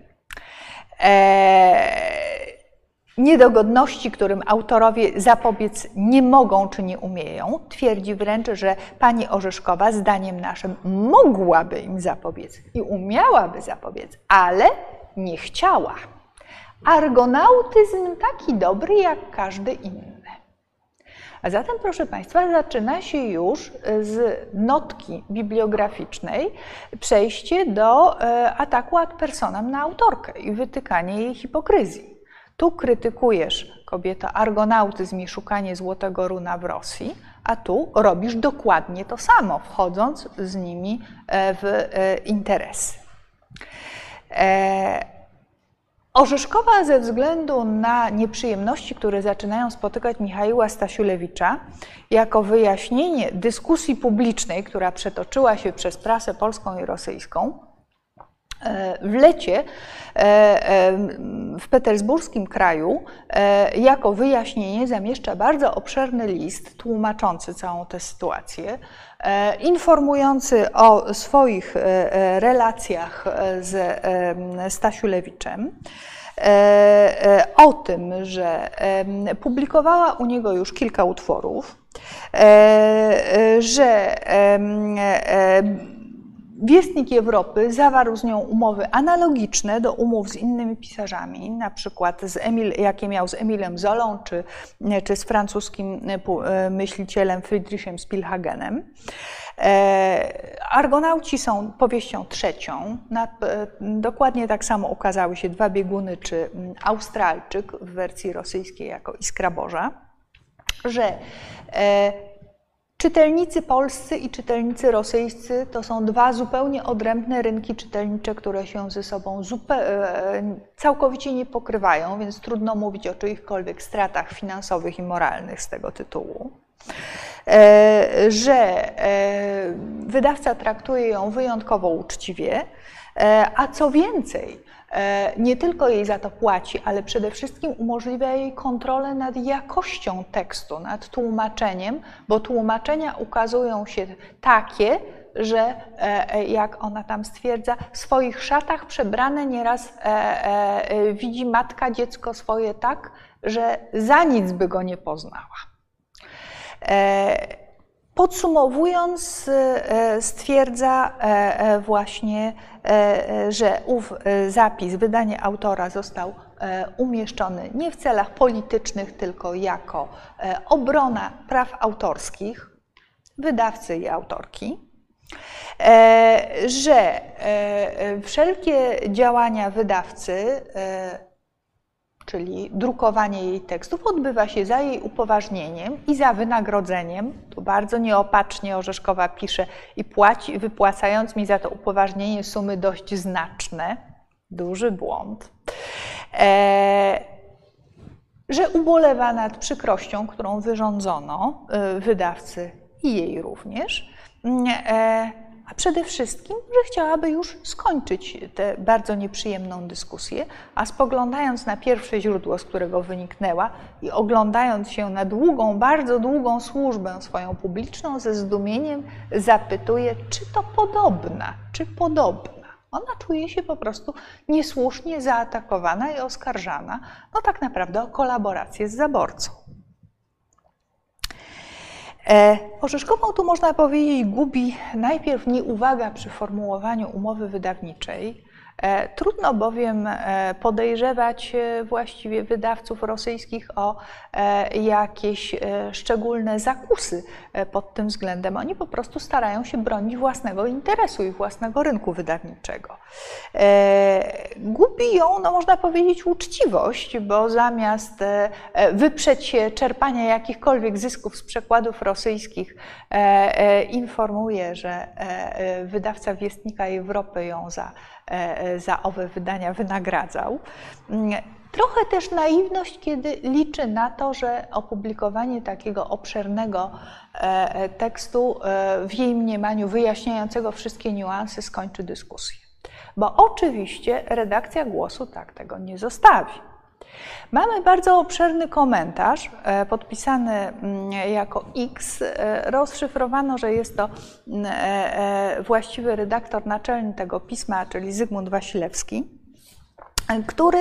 Niedogodności, którym autorowie zapobiec nie mogą czy nie umieją. Twierdzi wręcz, że pani Orzeszkowa, zdaniem naszym, mogłaby im zapobiec i umiałaby zapobiec, ale nie chciała. Argonautyzm taki dobry jak każdy inny. A zatem, proszę Państwa, zaczyna się już z notki bibliograficznej przejście do ataku ad personam na autorkę i wytykanie jej hipokryzji. Tu krytykujesz, kobieto, argonautyzm i szukanie złotego runa w Rosji, a tu robisz dokładnie to samo, wchodząc z nimi w interesy. Orzeszkowa ze względu na nieprzyjemności, które zaczynają spotykać Michaiła Stasiulewicza, jako wyjaśnienie dyskusji publicznej, która przetoczyła się przez prasę polską i rosyjską, w Lecie w petersburskim kraju jako wyjaśnienie zamieszcza bardzo obszerny list tłumaczący całą tę sytuację, informujący o swoich relacjach z Stasiulewiczem, o tym, że publikowała u niego już kilka utworów, że Wiestnik Europy zawarł z nią umowy analogiczne do umów z innymi pisarzami, na przykład jakie miał z Emilem Zolą czy z francuskim myślicielem Friedrichem Spielhagenem. Argonauci są powieścią trzecią. Dokładnie tak samo ukazały się Dwa bieguny czy Australczyk w wersji rosyjskiej jako Iskra Boża, że Czytelnicy polscy i czytelnicy rosyjscy to są dwa zupełnie odrębne rynki czytelnicze, które się ze sobą całkowicie nie pokrywają, więc trudno mówić o czyichkolwiek stratach finansowych i moralnych z tego tytułu. Że wydawca traktuje ją wyjątkowo uczciwie, a co więcej, nie tylko jej za to płaci, ale przede wszystkim umożliwia jej kontrolę nad jakością tekstu, nad tłumaczeniem, bo tłumaczenia ukazują się takie, że jak ona tam stwierdza, w swoich szatach przebrane nieraz widzi matka dziecko swoje tak, że za nic by go nie poznała. Podsumowując, stwierdza właśnie, że ów zapis, wydanie autora został umieszczony nie w celach politycznych, tylko jako obrona praw autorskich wydawcy i autorki, że wszelkie działania wydawcy, czyli drukowanie jej tekstów, odbywa się za jej upoważnieniem i za wynagrodzeniem. Tu bardzo nieopatrznie Orzeszkowa pisze i płaci, wypłacając mi za to upoważnienie sumy dość znaczne. Duży błąd. Że ubolewa nad przykrością, którą wyrządzono wydawcy i jej również. A przede wszystkim, że chciałaby już skończyć tę bardzo nieprzyjemną dyskusję, a spoglądając na pierwsze źródło, z którego wyniknęła i oglądając się na długą, bardzo długą służbę swoją publiczną, ze zdumieniem zapytuje, czy to podobna, czy podobna. Ona czuje się po prostu niesłusznie zaatakowana i oskarżana, no tak naprawdę o kolaborację z zaborcą. Orzeszkową tu można powiedzieć gubi najpierw nieuwaga przy formułowaniu umowy wydawniczej. Trudno bowiem podejrzewać właściwie wydawców rosyjskich o jakieś szczególne zakusy pod tym względem. Oni po prostu starają się bronić własnego interesu i własnego rynku wydawniczego. Gubi ją, no można powiedzieć, uczciwość, bo zamiast wyprzeć się czerpania jakichkolwiek zysków z przekładów rosyjskich, informuje, że wydawca Wiestnika Europy ją za owe wydania wynagradzał. Trochę też naiwność, kiedy liczy na to, że opublikowanie takiego obszernego tekstu w jej mniemaniu wyjaśniającego wszystkie niuanse skończy dyskusję. Bo oczywiście redakcja Głosu tak tego nie zostawi. Mamy bardzo obszerny komentarz podpisany jako X. Rozszyfrowano, że jest to właściwy redaktor naczelny tego pisma, czyli Zygmunt Wasilewski, który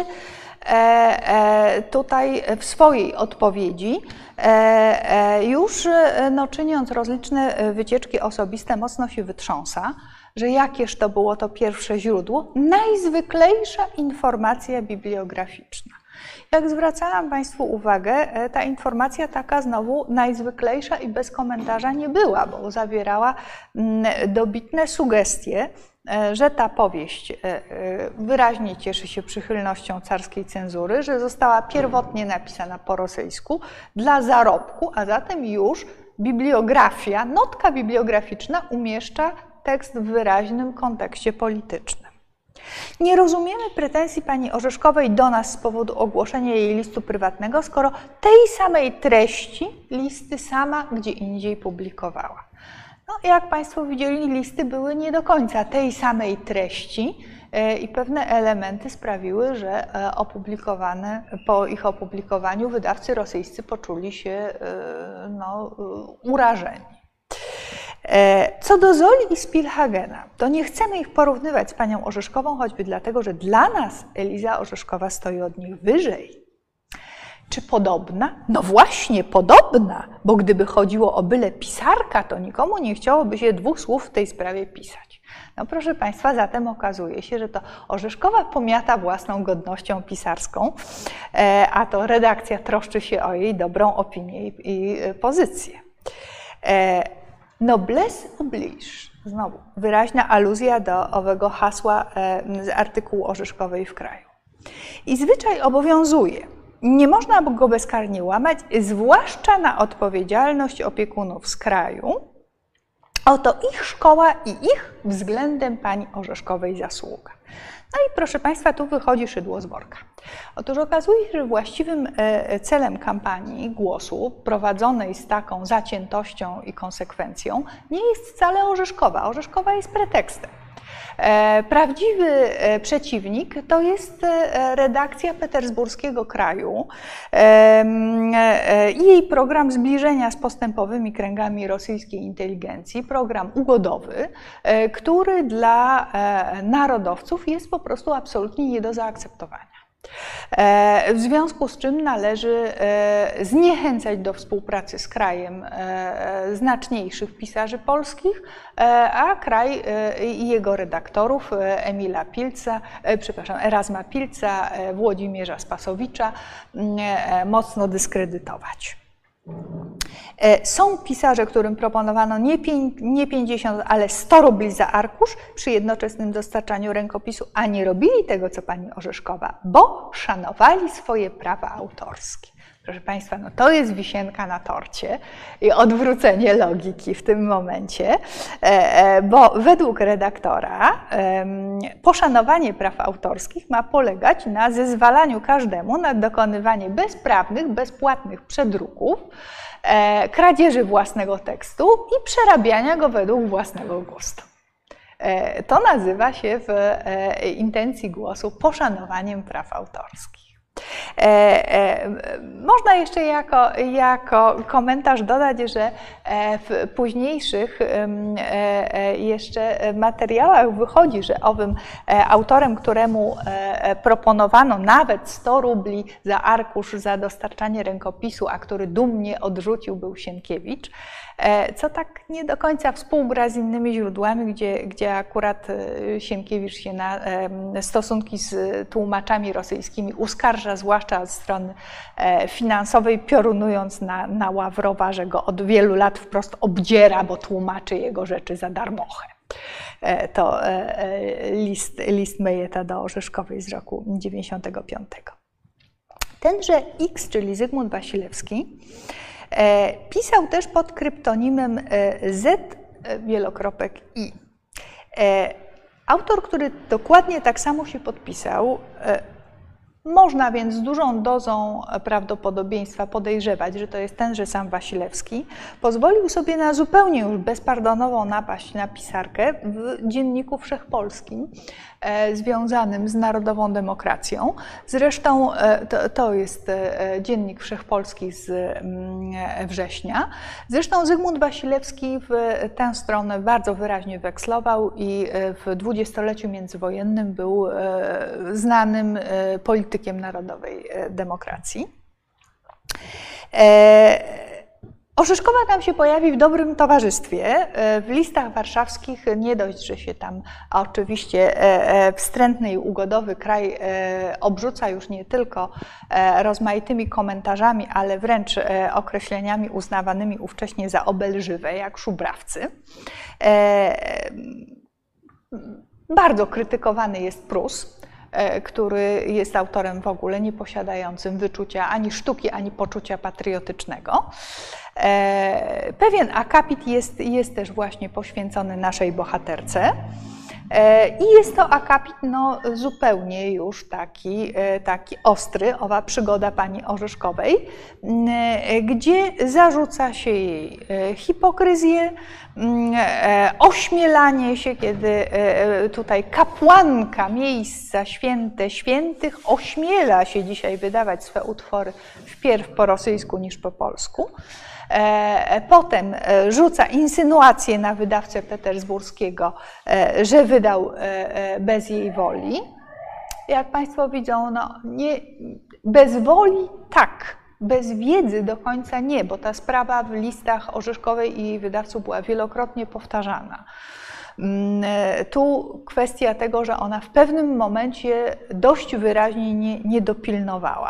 tutaj w swojej odpowiedzi, już czyniąc rozliczne wycieczki osobiste, mocno się wytrząsa, że jakież to było to pierwsze źródło, najzwyklejsza informacja bibliograficzna. Jak zwracałam Państwu uwagę, ta informacja taka znowu najzwyklejsza i bez komentarza nie była, bo zawierała dobitne sugestie, że ta powieść wyraźnie cieszy się przychylnością carskiej cenzury, że została pierwotnie napisana po rosyjsku dla zarobku, a zatem już bibliografia, notka bibliograficzna umieszcza tekst w wyraźnym kontekście politycznym. Nie rozumiemy pretensji pani Orzeszkowej do nas z powodu ogłoszenia jej listu prywatnego, skoro tej samej treści listy sama gdzie indziej publikowała. No, jak Państwo widzieli, listy były nie do końca tej samej treści i pewne elementy sprawiły, że po ich opublikowaniu wydawcy rosyjscy poczuli się urażeni. Co do Zoli i Spielhagena, to nie chcemy ich porównywać z panią Orzeszkową, choćby dlatego, że dla nas Eliza Orzeszkowa stoi od nich wyżej. Czy podobna? No właśnie, podobna, bo gdyby chodziło o byle pisarka, to nikomu nie chciałoby się dwóch słów w tej sprawie pisać. No proszę Państwa, zatem okazuje się, że to Orzeszkowa pomiata własną godnością pisarską, a to redakcja troszczy się o jej dobrą opinię i pozycję. Noblesse oblige. Znowu wyraźna aluzja do owego hasła z artykułu Orzeszkowej w Kraju. I zwyczaj obowiązuje. nie można go bezkarnie łamać, zwłaszcza na odpowiedzialność opiekunów z kraju. Oto ich szkoła i ich względem pani Orzeszkowej zasługa. No i proszę Państwa, tu wychodzi szydło z worka. Otóż okazuje się, że właściwym celem kampanii Głosu, prowadzonej z taką zaciętością i konsekwencją, nie jest wcale Orzeszkowa. Orzeszkowa jest pretekstem. Prawdziwy przeciwnik to jest redakcja Petersburskiego Kraju i jej program zbliżenia z postępowymi kręgami rosyjskiej inteligencji, program ugodowy, który dla narodowców jest po prostu absolutnie nie do zaakceptowania. W związku z czym należy zniechęcać do współpracy z krajem znaczniejszych pisarzy polskich, a kraj i jego redaktorów Erasma Pilca, Włodzimierza Spasowicza mocno dyskredytować. Są pisarze, którym proponowano nie 50, ale 100 rubli za arkusz przy jednoczesnym dostarczaniu rękopisu, a nie robili tego, co pani Orzeszkowa, bo szanowali swoje prawa autorskie. Proszę Państwa, no to jest wisienka na torcie i odwrócenie logiki w tym momencie, bo według redaktora poszanowanie praw autorskich ma polegać na zezwalaniu każdemu na dokonywanie bezprawnych, bezpłatnych przedruków, kradzieży własnego tekstu i przerabiania go według własnego gustu. To nazywa się w intencji Głosu poszanowaniem praw autorskich. Można jeszcze jako komentarz dodać, że w późniejszych jeszcze materiałach wychodzi, że owym autorem, któremu proponowano nawet 100 rubli za arkusz za dostarczanie rękopisu, a który dumnie odrzucił, był Sienkiewicz, co tak nie do końca współgra z innymi źródłami, gdzie akurat Sienkiewicz się na stosunki z tłumaczami rosyjskimi uskarża, zwłaszcza od strony finansowej, piorunując na Ławrowa, że go od wielu lat wprost obdziera, bo tłumaczy jego rzeczy za darmochę. To list Mejeta do Orzeszkowej z roku 1995. Tenże X, czyli Zygmunt Wasilewski, pisał też pod kryptonimem Z:'I. Autor, który dokładnie tak samo się podpisał, można więc z dużą dozą prawdopodobieństwa podejrzewać, że to jest tenże sam Wasilewski, pozwolił sobie na zupełnie już bezpardonową napaść na pisarkę w Dzienniku Wszechpolskim związanym z Narodową Demokracją. Zresztą to jest Dziennik Wszechpolski z września. Zresztą Zygmunt Wasilewski w tę stronę bardzo wyraźnie wekslował i w dwudziestoleciu międzywojennym był znanym politykiem Narodowej Demokracji. Orzeszkowa tam się pojawi w dobrym towarzystwie. W listach warszawskich nie dość, że się tam oczywiście wstrętny i ugodowy kraj obrzuca już nie tylko rozmaitymi komentarzami, ale wręcz określeniami uznawanymi ówcześnie za obelżywe, jak szubrawcy. Bardzo krytykowany jest Prus, który jest autorem w ogóle nie posiadającym wyczucia ani sztuki, ani poczucia patriotycznego. Pewien akapit jest też właśnie poświęcony naszej bohaterce. I jest to akapit zupełnie już taki ostry, owa przygoda pani Orzeszkowej, gdzie zarzuca się jej hipokryzję, ośmielanie się, kiedy tutaj kapłanka miejsca święte świętych ośmiela się dzisiaj wydawać swe utwory wpierw po rosyjsku niż po polsku. Potem rzuca insynuację na wydawcę petersburskiego, że wydał bez jej woli. Jak Państwo widzą, nie, bez woli tak, bez wiedzy do końca nie, bo ta sprawa w listach Orzeszkowej i jej wydawców była wielokrotnie powtarzana. Tu kwestia tego, że ona w pewnym momencie dość wyraźnie nie dopilnowała.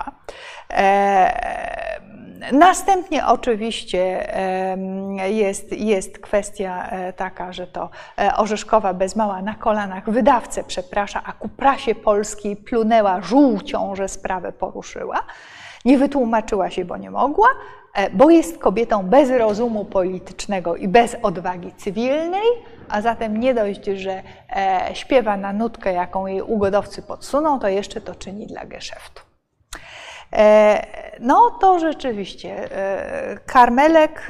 Następnie oczywiście jest kwestia taka, że to Orzeszkowa bez mała na kolanach wydawcę przeprasza, a ku prasie polskiej plunęła żółcią, że sprawę poruszyła. Nie wytłumaczyła się, bo nie mogła, bo jest kobietą bez rozumu politycznego i bez odwagi cywilnej, a zatem nie dość, że śpiewa na nutkę, jaką jej ugodowcy podsuną, to jeszcze to czyni dla geszeftu. No to rzeczywiście Karmelek,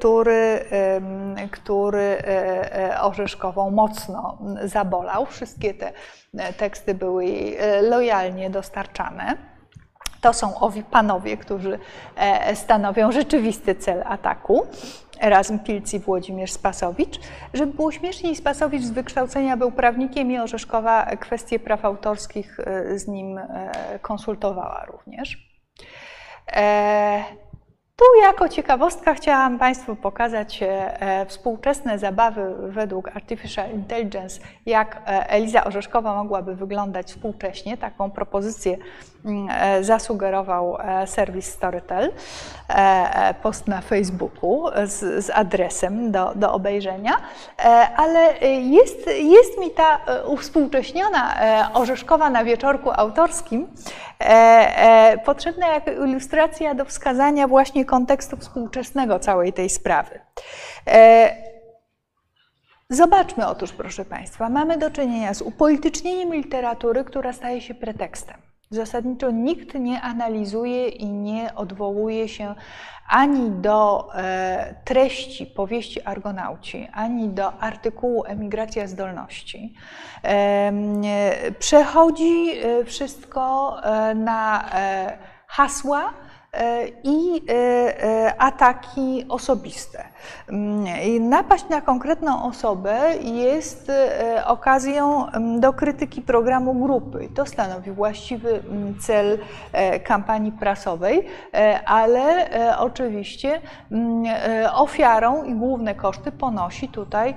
który Orzeszkową mocno zabolał, wszystkie te teksty były jej lojalnie dostarczane. To są owi panowie, którzy stanowią rzeczywisty cel ataku. Erasm Pilc i Włodzimierz Spasowicz. Żeby było śmieszniej, Spasowicz z wykształcenia był prawnikiem i Orzeszkowa kwestie praw autorskich z nim konsultowała również. Tu jako ciekawostka chciałam Państwu pokazać współczesne zabawy według Artificial Intelligence, jak Eliza Orzeszkowa mogłaby wyglądać współcześnie. Taką propozycję zasugerował serwis Storytel, post na Facebooku z adresem do obejrzenia, ale jest mi ta uwspółcześniona Orzeszkowa na wieczorku autorskim potrzebna jako ilustracja do wskazania właśnie kontekstu współczesnego całej tej sprawy. Zobaczmy otóż, proszę Państwa, mamy do czynienia z upolitycznieniem literatury, która staje się pretekstem. Zasadniczo nikt nie analizuje i nie odwołuje się ani do treści powieści Argonauci, ani do artykułu Emigracja zdolności. Przechodzi wszystko na hasła i ataki osobiste. Napaść na konkretną osobę jest okazją do krytyki programu grupy. To stanowi właściwy cel kampanii prasowej, ale oczywiście ofiarą i główne koszty ponosi tutaj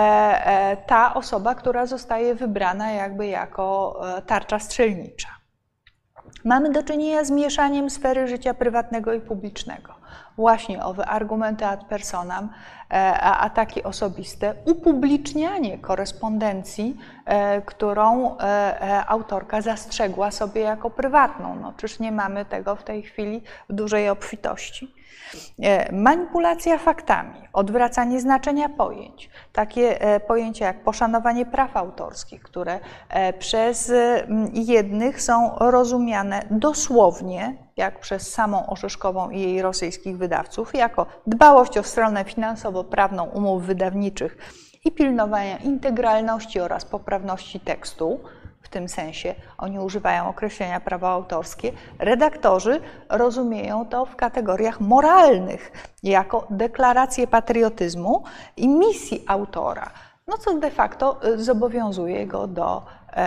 ta osoba, która zostaje wybrana jakby jako tarcza strzelnicza. Mamy do czynienia z mieszaniem sfery życia prywatnego i publicznego. Właśnie owe argumenty ad personam, ataki osobiste, upublicznianie korespondencji, którą autorka zastrzegła sobie jako prywatną. No, czyż nie mamy tego w tej chwili w dużej obfitości? Manipulacja faktami, odwracanie znaczenia pojęć. Takie pojęcia jak poszanowanie praw autorskich, które przez jednych są rozumiane dosłownie, jak przez samą Orzeszkową i jej rosyjskich wydawców, jako dbałość o stronę finansowo-prawną umów wydawniczych i pilnowania integralności oraz poprawności tekstu. W tym sensie oni używają określenia prawa autorskie. Redaktorzy rozumieją to w kategoriach moralnych, jako deklarację patriotyzmu i misji autora, no co de facto zobowiązuje go do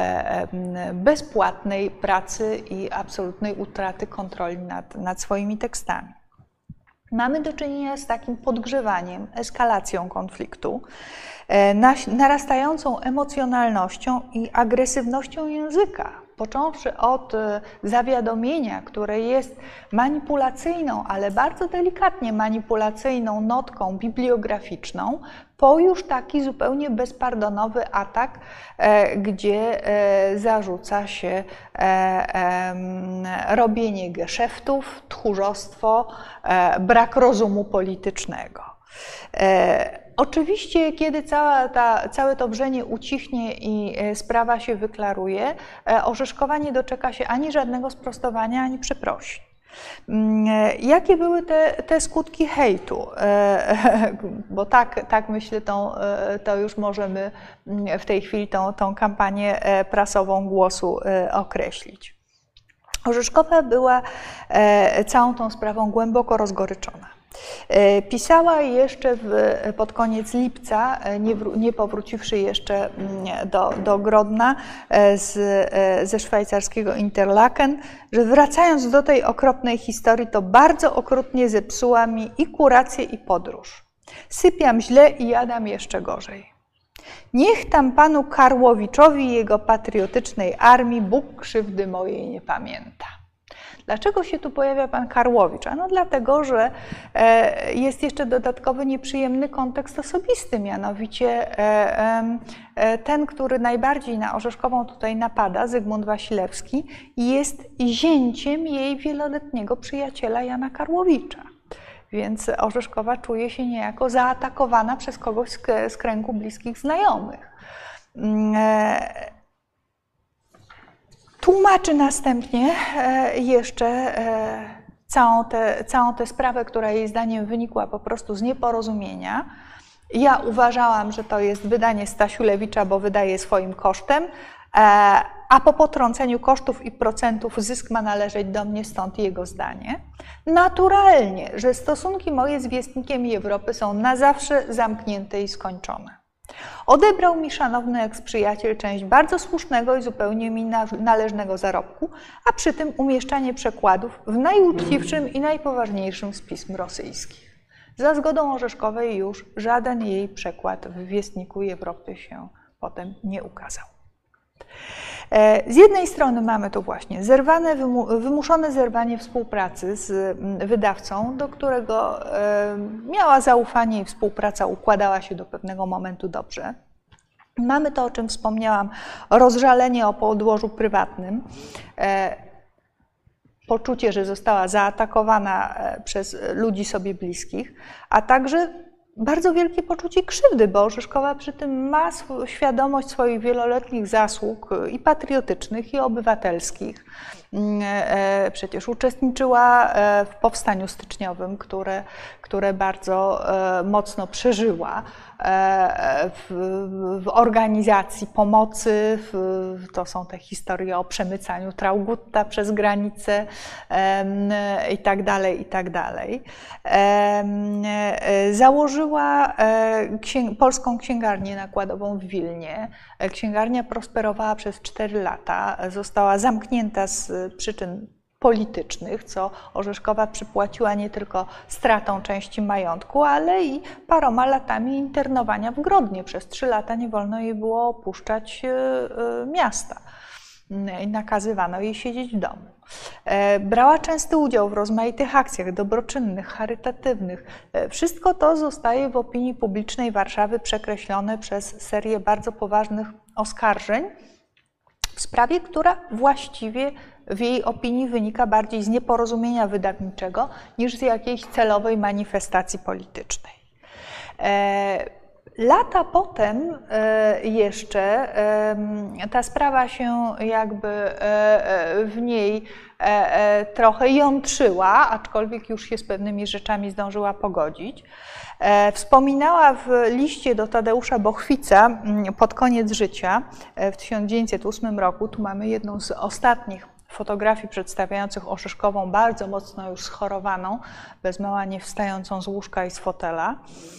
bezpłatnej pracy i absolutnej utraty kontroli nad swoimi tekstami. Mamy do czynienia z takim podgrzewaniem, eskalacją konfliktu, narastającą emocjonalnością i agresywnością języka, począwszy od zawiadomienia, które jest manipulacyjną, ale bardzo delikatnie manipulacyjną notką bibliograficzną, po już taki zupełnie bezpardonowy atak, gdzie zarzuca się robienie geszeftów, tchórzostwo, brak rozumu politycznego. Oczywiście, kiedy całe to wrzenie ucichnie i sprawa się wyklaruje, Orzeszkowa nie doczeka się ani żadnego sprostowania, ani przeprosin. Jakie były te skutki hejtu? Bo tak myślę, to już możemy w tej chwili tą kampanię prasową Głosu określić. Orzeszkowa była całą tą sprawą głęboko rozgoryczona. Pisała jeszcze pod koniec lipca, nie powróciwszy jeszcze do Grodna ze szwajcarskiego Interlaken, że wracając do tej okropnej historii, to bardzo okrutnie zepsuła mi i kurację, i podróż. Sypiam źle i jadam jeszcze gorzej. Niech tam panu Karłowiczowi i jego patriotycznej armii Bóg krzywdy mojej nie pamięta. Dlaczego się tu pojawia pan Karłowicz? Ano dlatego, że jest jeszcze dodatkowy nieprzyjemny kontekst osobisty, mianowicie ten, który najbardziej na Orzeszkową tutaj napada, Zygmunt Wasilewski, jest zięciem jej wieloletniego przyjaciela Jana Karłowicza. Więc Orzeszkowa czuje się niejako zaatakowana przez kogoś z kręgu bliskich znajomych. Tłumaczy następnie jeszcze całą tę sprawę, która jej zdaniem wynikła po prostu z nieporozumienia. Ja uważałam, że to jest wydanie Stasiulewicza, bo wydaje swoim kosztem, a po potrąceniu kosztów i procentów zysk ma należeć do mnie, stąd jego zdanie. Naturalnie, że stosunki moje z Wieśnikiem i Europy są na zawsze zamknięte i skończone. Odebrał mi szanowny eks-przyjaciel część bardzo słusznego i zupełnie mi należnego zarobku, a przy tym umieszczanie przekładów w najuczciwszym i najpoważniejszym z pism rosyjskich. Za zgodą Orzeszkowej już żaden jej przekład w Wieśniku i Europy się potem nie ukazał. Z jednej strony mamy tu właśnie wymuszone zerwanie współpracy z wydawcą, do którego miała zaufanie i współpraca układała się do pewnego momentu dobrze. Mamy to, o czym wspomniałam, rozżalenie o podłożu prywatnym, poczucie, że została zaatakowana przez ludzi sobie bliskich, a także bardzo wielkie poczucie krzywdy, bo Orzeszkowa przy tym ma świadomość swoich wieloletnich zasług i patriotycznych, i obywatelskich. Przecież uczestniczyła w powstaniu styczniowym, które bardzo mocno przeżyła, w organizacji pomocy, to są te historie o przemycaniu Traugutta przez granicę i tak dalej, i tak dalej. Założyła Polską Księgarnię Nakładową w Wilnie. Księgarnia prosperowała przez 4 lata, została zamknięta z przyczyn politycznych, co Orzeszkowa przypłaciła nie tylko stratą części majątku, ale i paroma latami internowania w Grodnie. Przez 3 lata nie wolno jej było opuszczać miasta i nakazywano jej siedzieć w domu. Brała częsty udział w rozmaitych akcjach dobroczynnych, charytatywnych. Wszystko to zostaje w opinii publicznej Warszawy przekreślone przez serię bardzo poważnych oskarżeń w sprawie, która właściwie w jej opinii wynika bardziej z nieporozumienia wydawniczego niż z jakiejś celowej manifestacji politycznej. Lata potem jeszcze ta sprawa się jakby w niej trochę jątrzyła, aczkolwiek już się z pewnymi rzeczami zdążyła pogodzić. Wspominała w liście do Tadeusza Bochwica pod koniec życia w 1908 roku, tu mamy jedną z ostatnich fotografii przedstawiających Orzeszkową bardzo mocno już schorowaną, bez mała nie wstającą z łóżka i z fotela,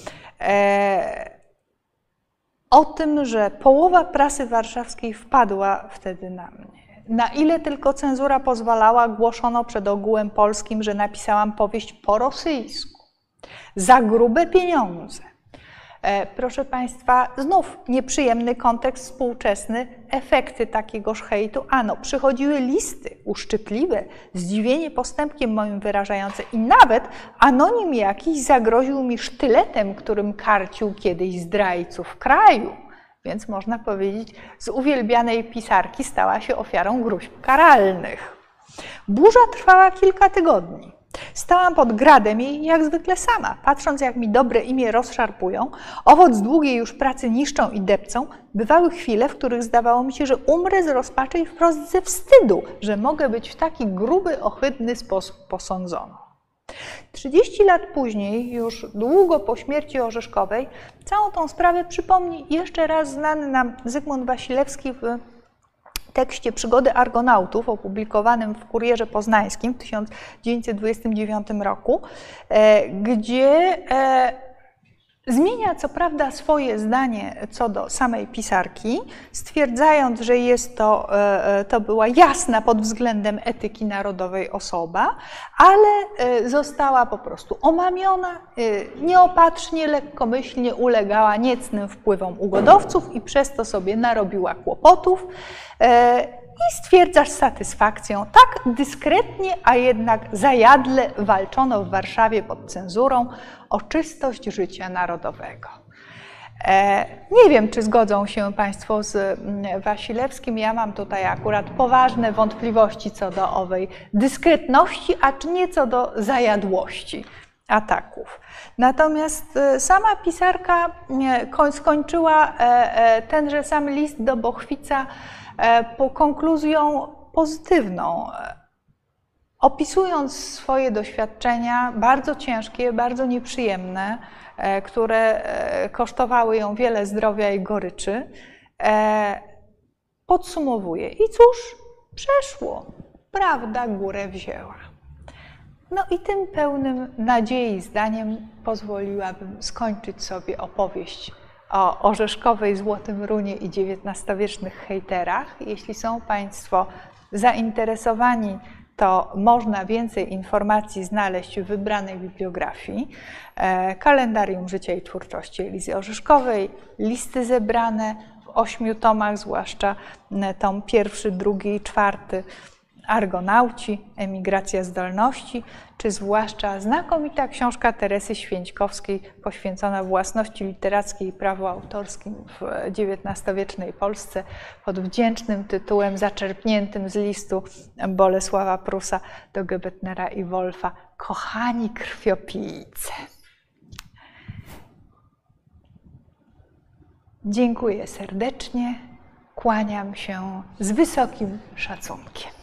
o tym, że połowa prasy warszawskiej wpadła wtedy na mnie. Na ile tylko cenzura pozwalała, głoszono przed ogółem polskim, że napisałam powieść po rosyjsku, za grube pieniądze. Proszę Państwa, znów nieprzyjemny kontekst współczesny, efekty takiegoż hejtu. Ano, przychodziły listy uszczypliwe, zdziwienie postępkiem moim wyrażające i nawet anonim jakiś zagroził mi sztyletem, którym karcił kiedyś zdrajców kraju. Więc można powiedzieć, z uwielbianej pisarki stała się ofiarą gróźb karalnych. Burza trwała kilka tygodni. Stałam pod gradem jej jak zwykle sama, patrząc jak mi dobre imię rozszarpują, owoc długiej już pracy niszczą i depcą, bywały chwile, w których zdawało mi się, że umrę z rozpaczy i wprost ze wstydu, że mogę być w taki gruby, ohydny sposób posądzoną. 30 lat później, już długo po śmierci Orzeszkowej, całą tą sprawę przypomni jeszcze raz znany nam Zygmunt Wasilewski w tekście Przygody Argonautów, opublikowanym w Kurierze Poznańskim w 1929 roku, gdzie zmienia co prawda swoje zdanie co do samej pisarki, stwierdzając, że to była jasna pod względem etyki narodowej osoba, ale została po prostu omamiona, nieopatrznie, lekkomyślnie ulegała niecnym wpływom ugodowców i przez to sobie narobiła kłopotów i stwierdzasz z satysfakcją, tak dyskretnie, a jednak zajadle walczono w Warszawie pod cenzurą o czystość życia narodowego. Nie wiem, czy zgodzą się Państwo z Wasilewskim. Ja mam tutaj akurat poważne wątpliwości co do owej dyskretności, a czy nie co do zajadłości ataków. Natomiast sama pisarka skończyła tenże sam list do Bochwica konkluzją pozytywną, opisując swoje doświadczenia bardzo ciężkie, bardzo nieprzyjemne, które kosztowały ją wiele zdrowia i goryczy, podsumowuje. I cóż, przeszło, prawda górę wzięła. No i tym pełnym nadziei zdaniem pozwoliłabym skończyć sobie opowieść o Orzeszkowej, Złotym Runie i XIX-wiecznych hejterach. Jeśli są Państwo zainteresowani, to można więcej informacji znaleźć w wybranej bibliografii. Kalendarium życia i twórczości Elizy Orzeszkowej, listy zebrane w 8 tomach, zwłaszcza tom 1, 2 i 4, Argonauci, Emigracja zdolności, czy zwłaszcza znakomita książka Teresy Święćkowskiej poświęcona własności literackiej i prawu autorskim w XIX-wiecznej Polsce pod wdzięcznym tytułem zaczerpniętym z listu Bolesława Prusa do Gebetnera i Wolfa Kochani krwiopijcy. Dziękuję serdecznie, kłaniam się z wysokim szacunkiem.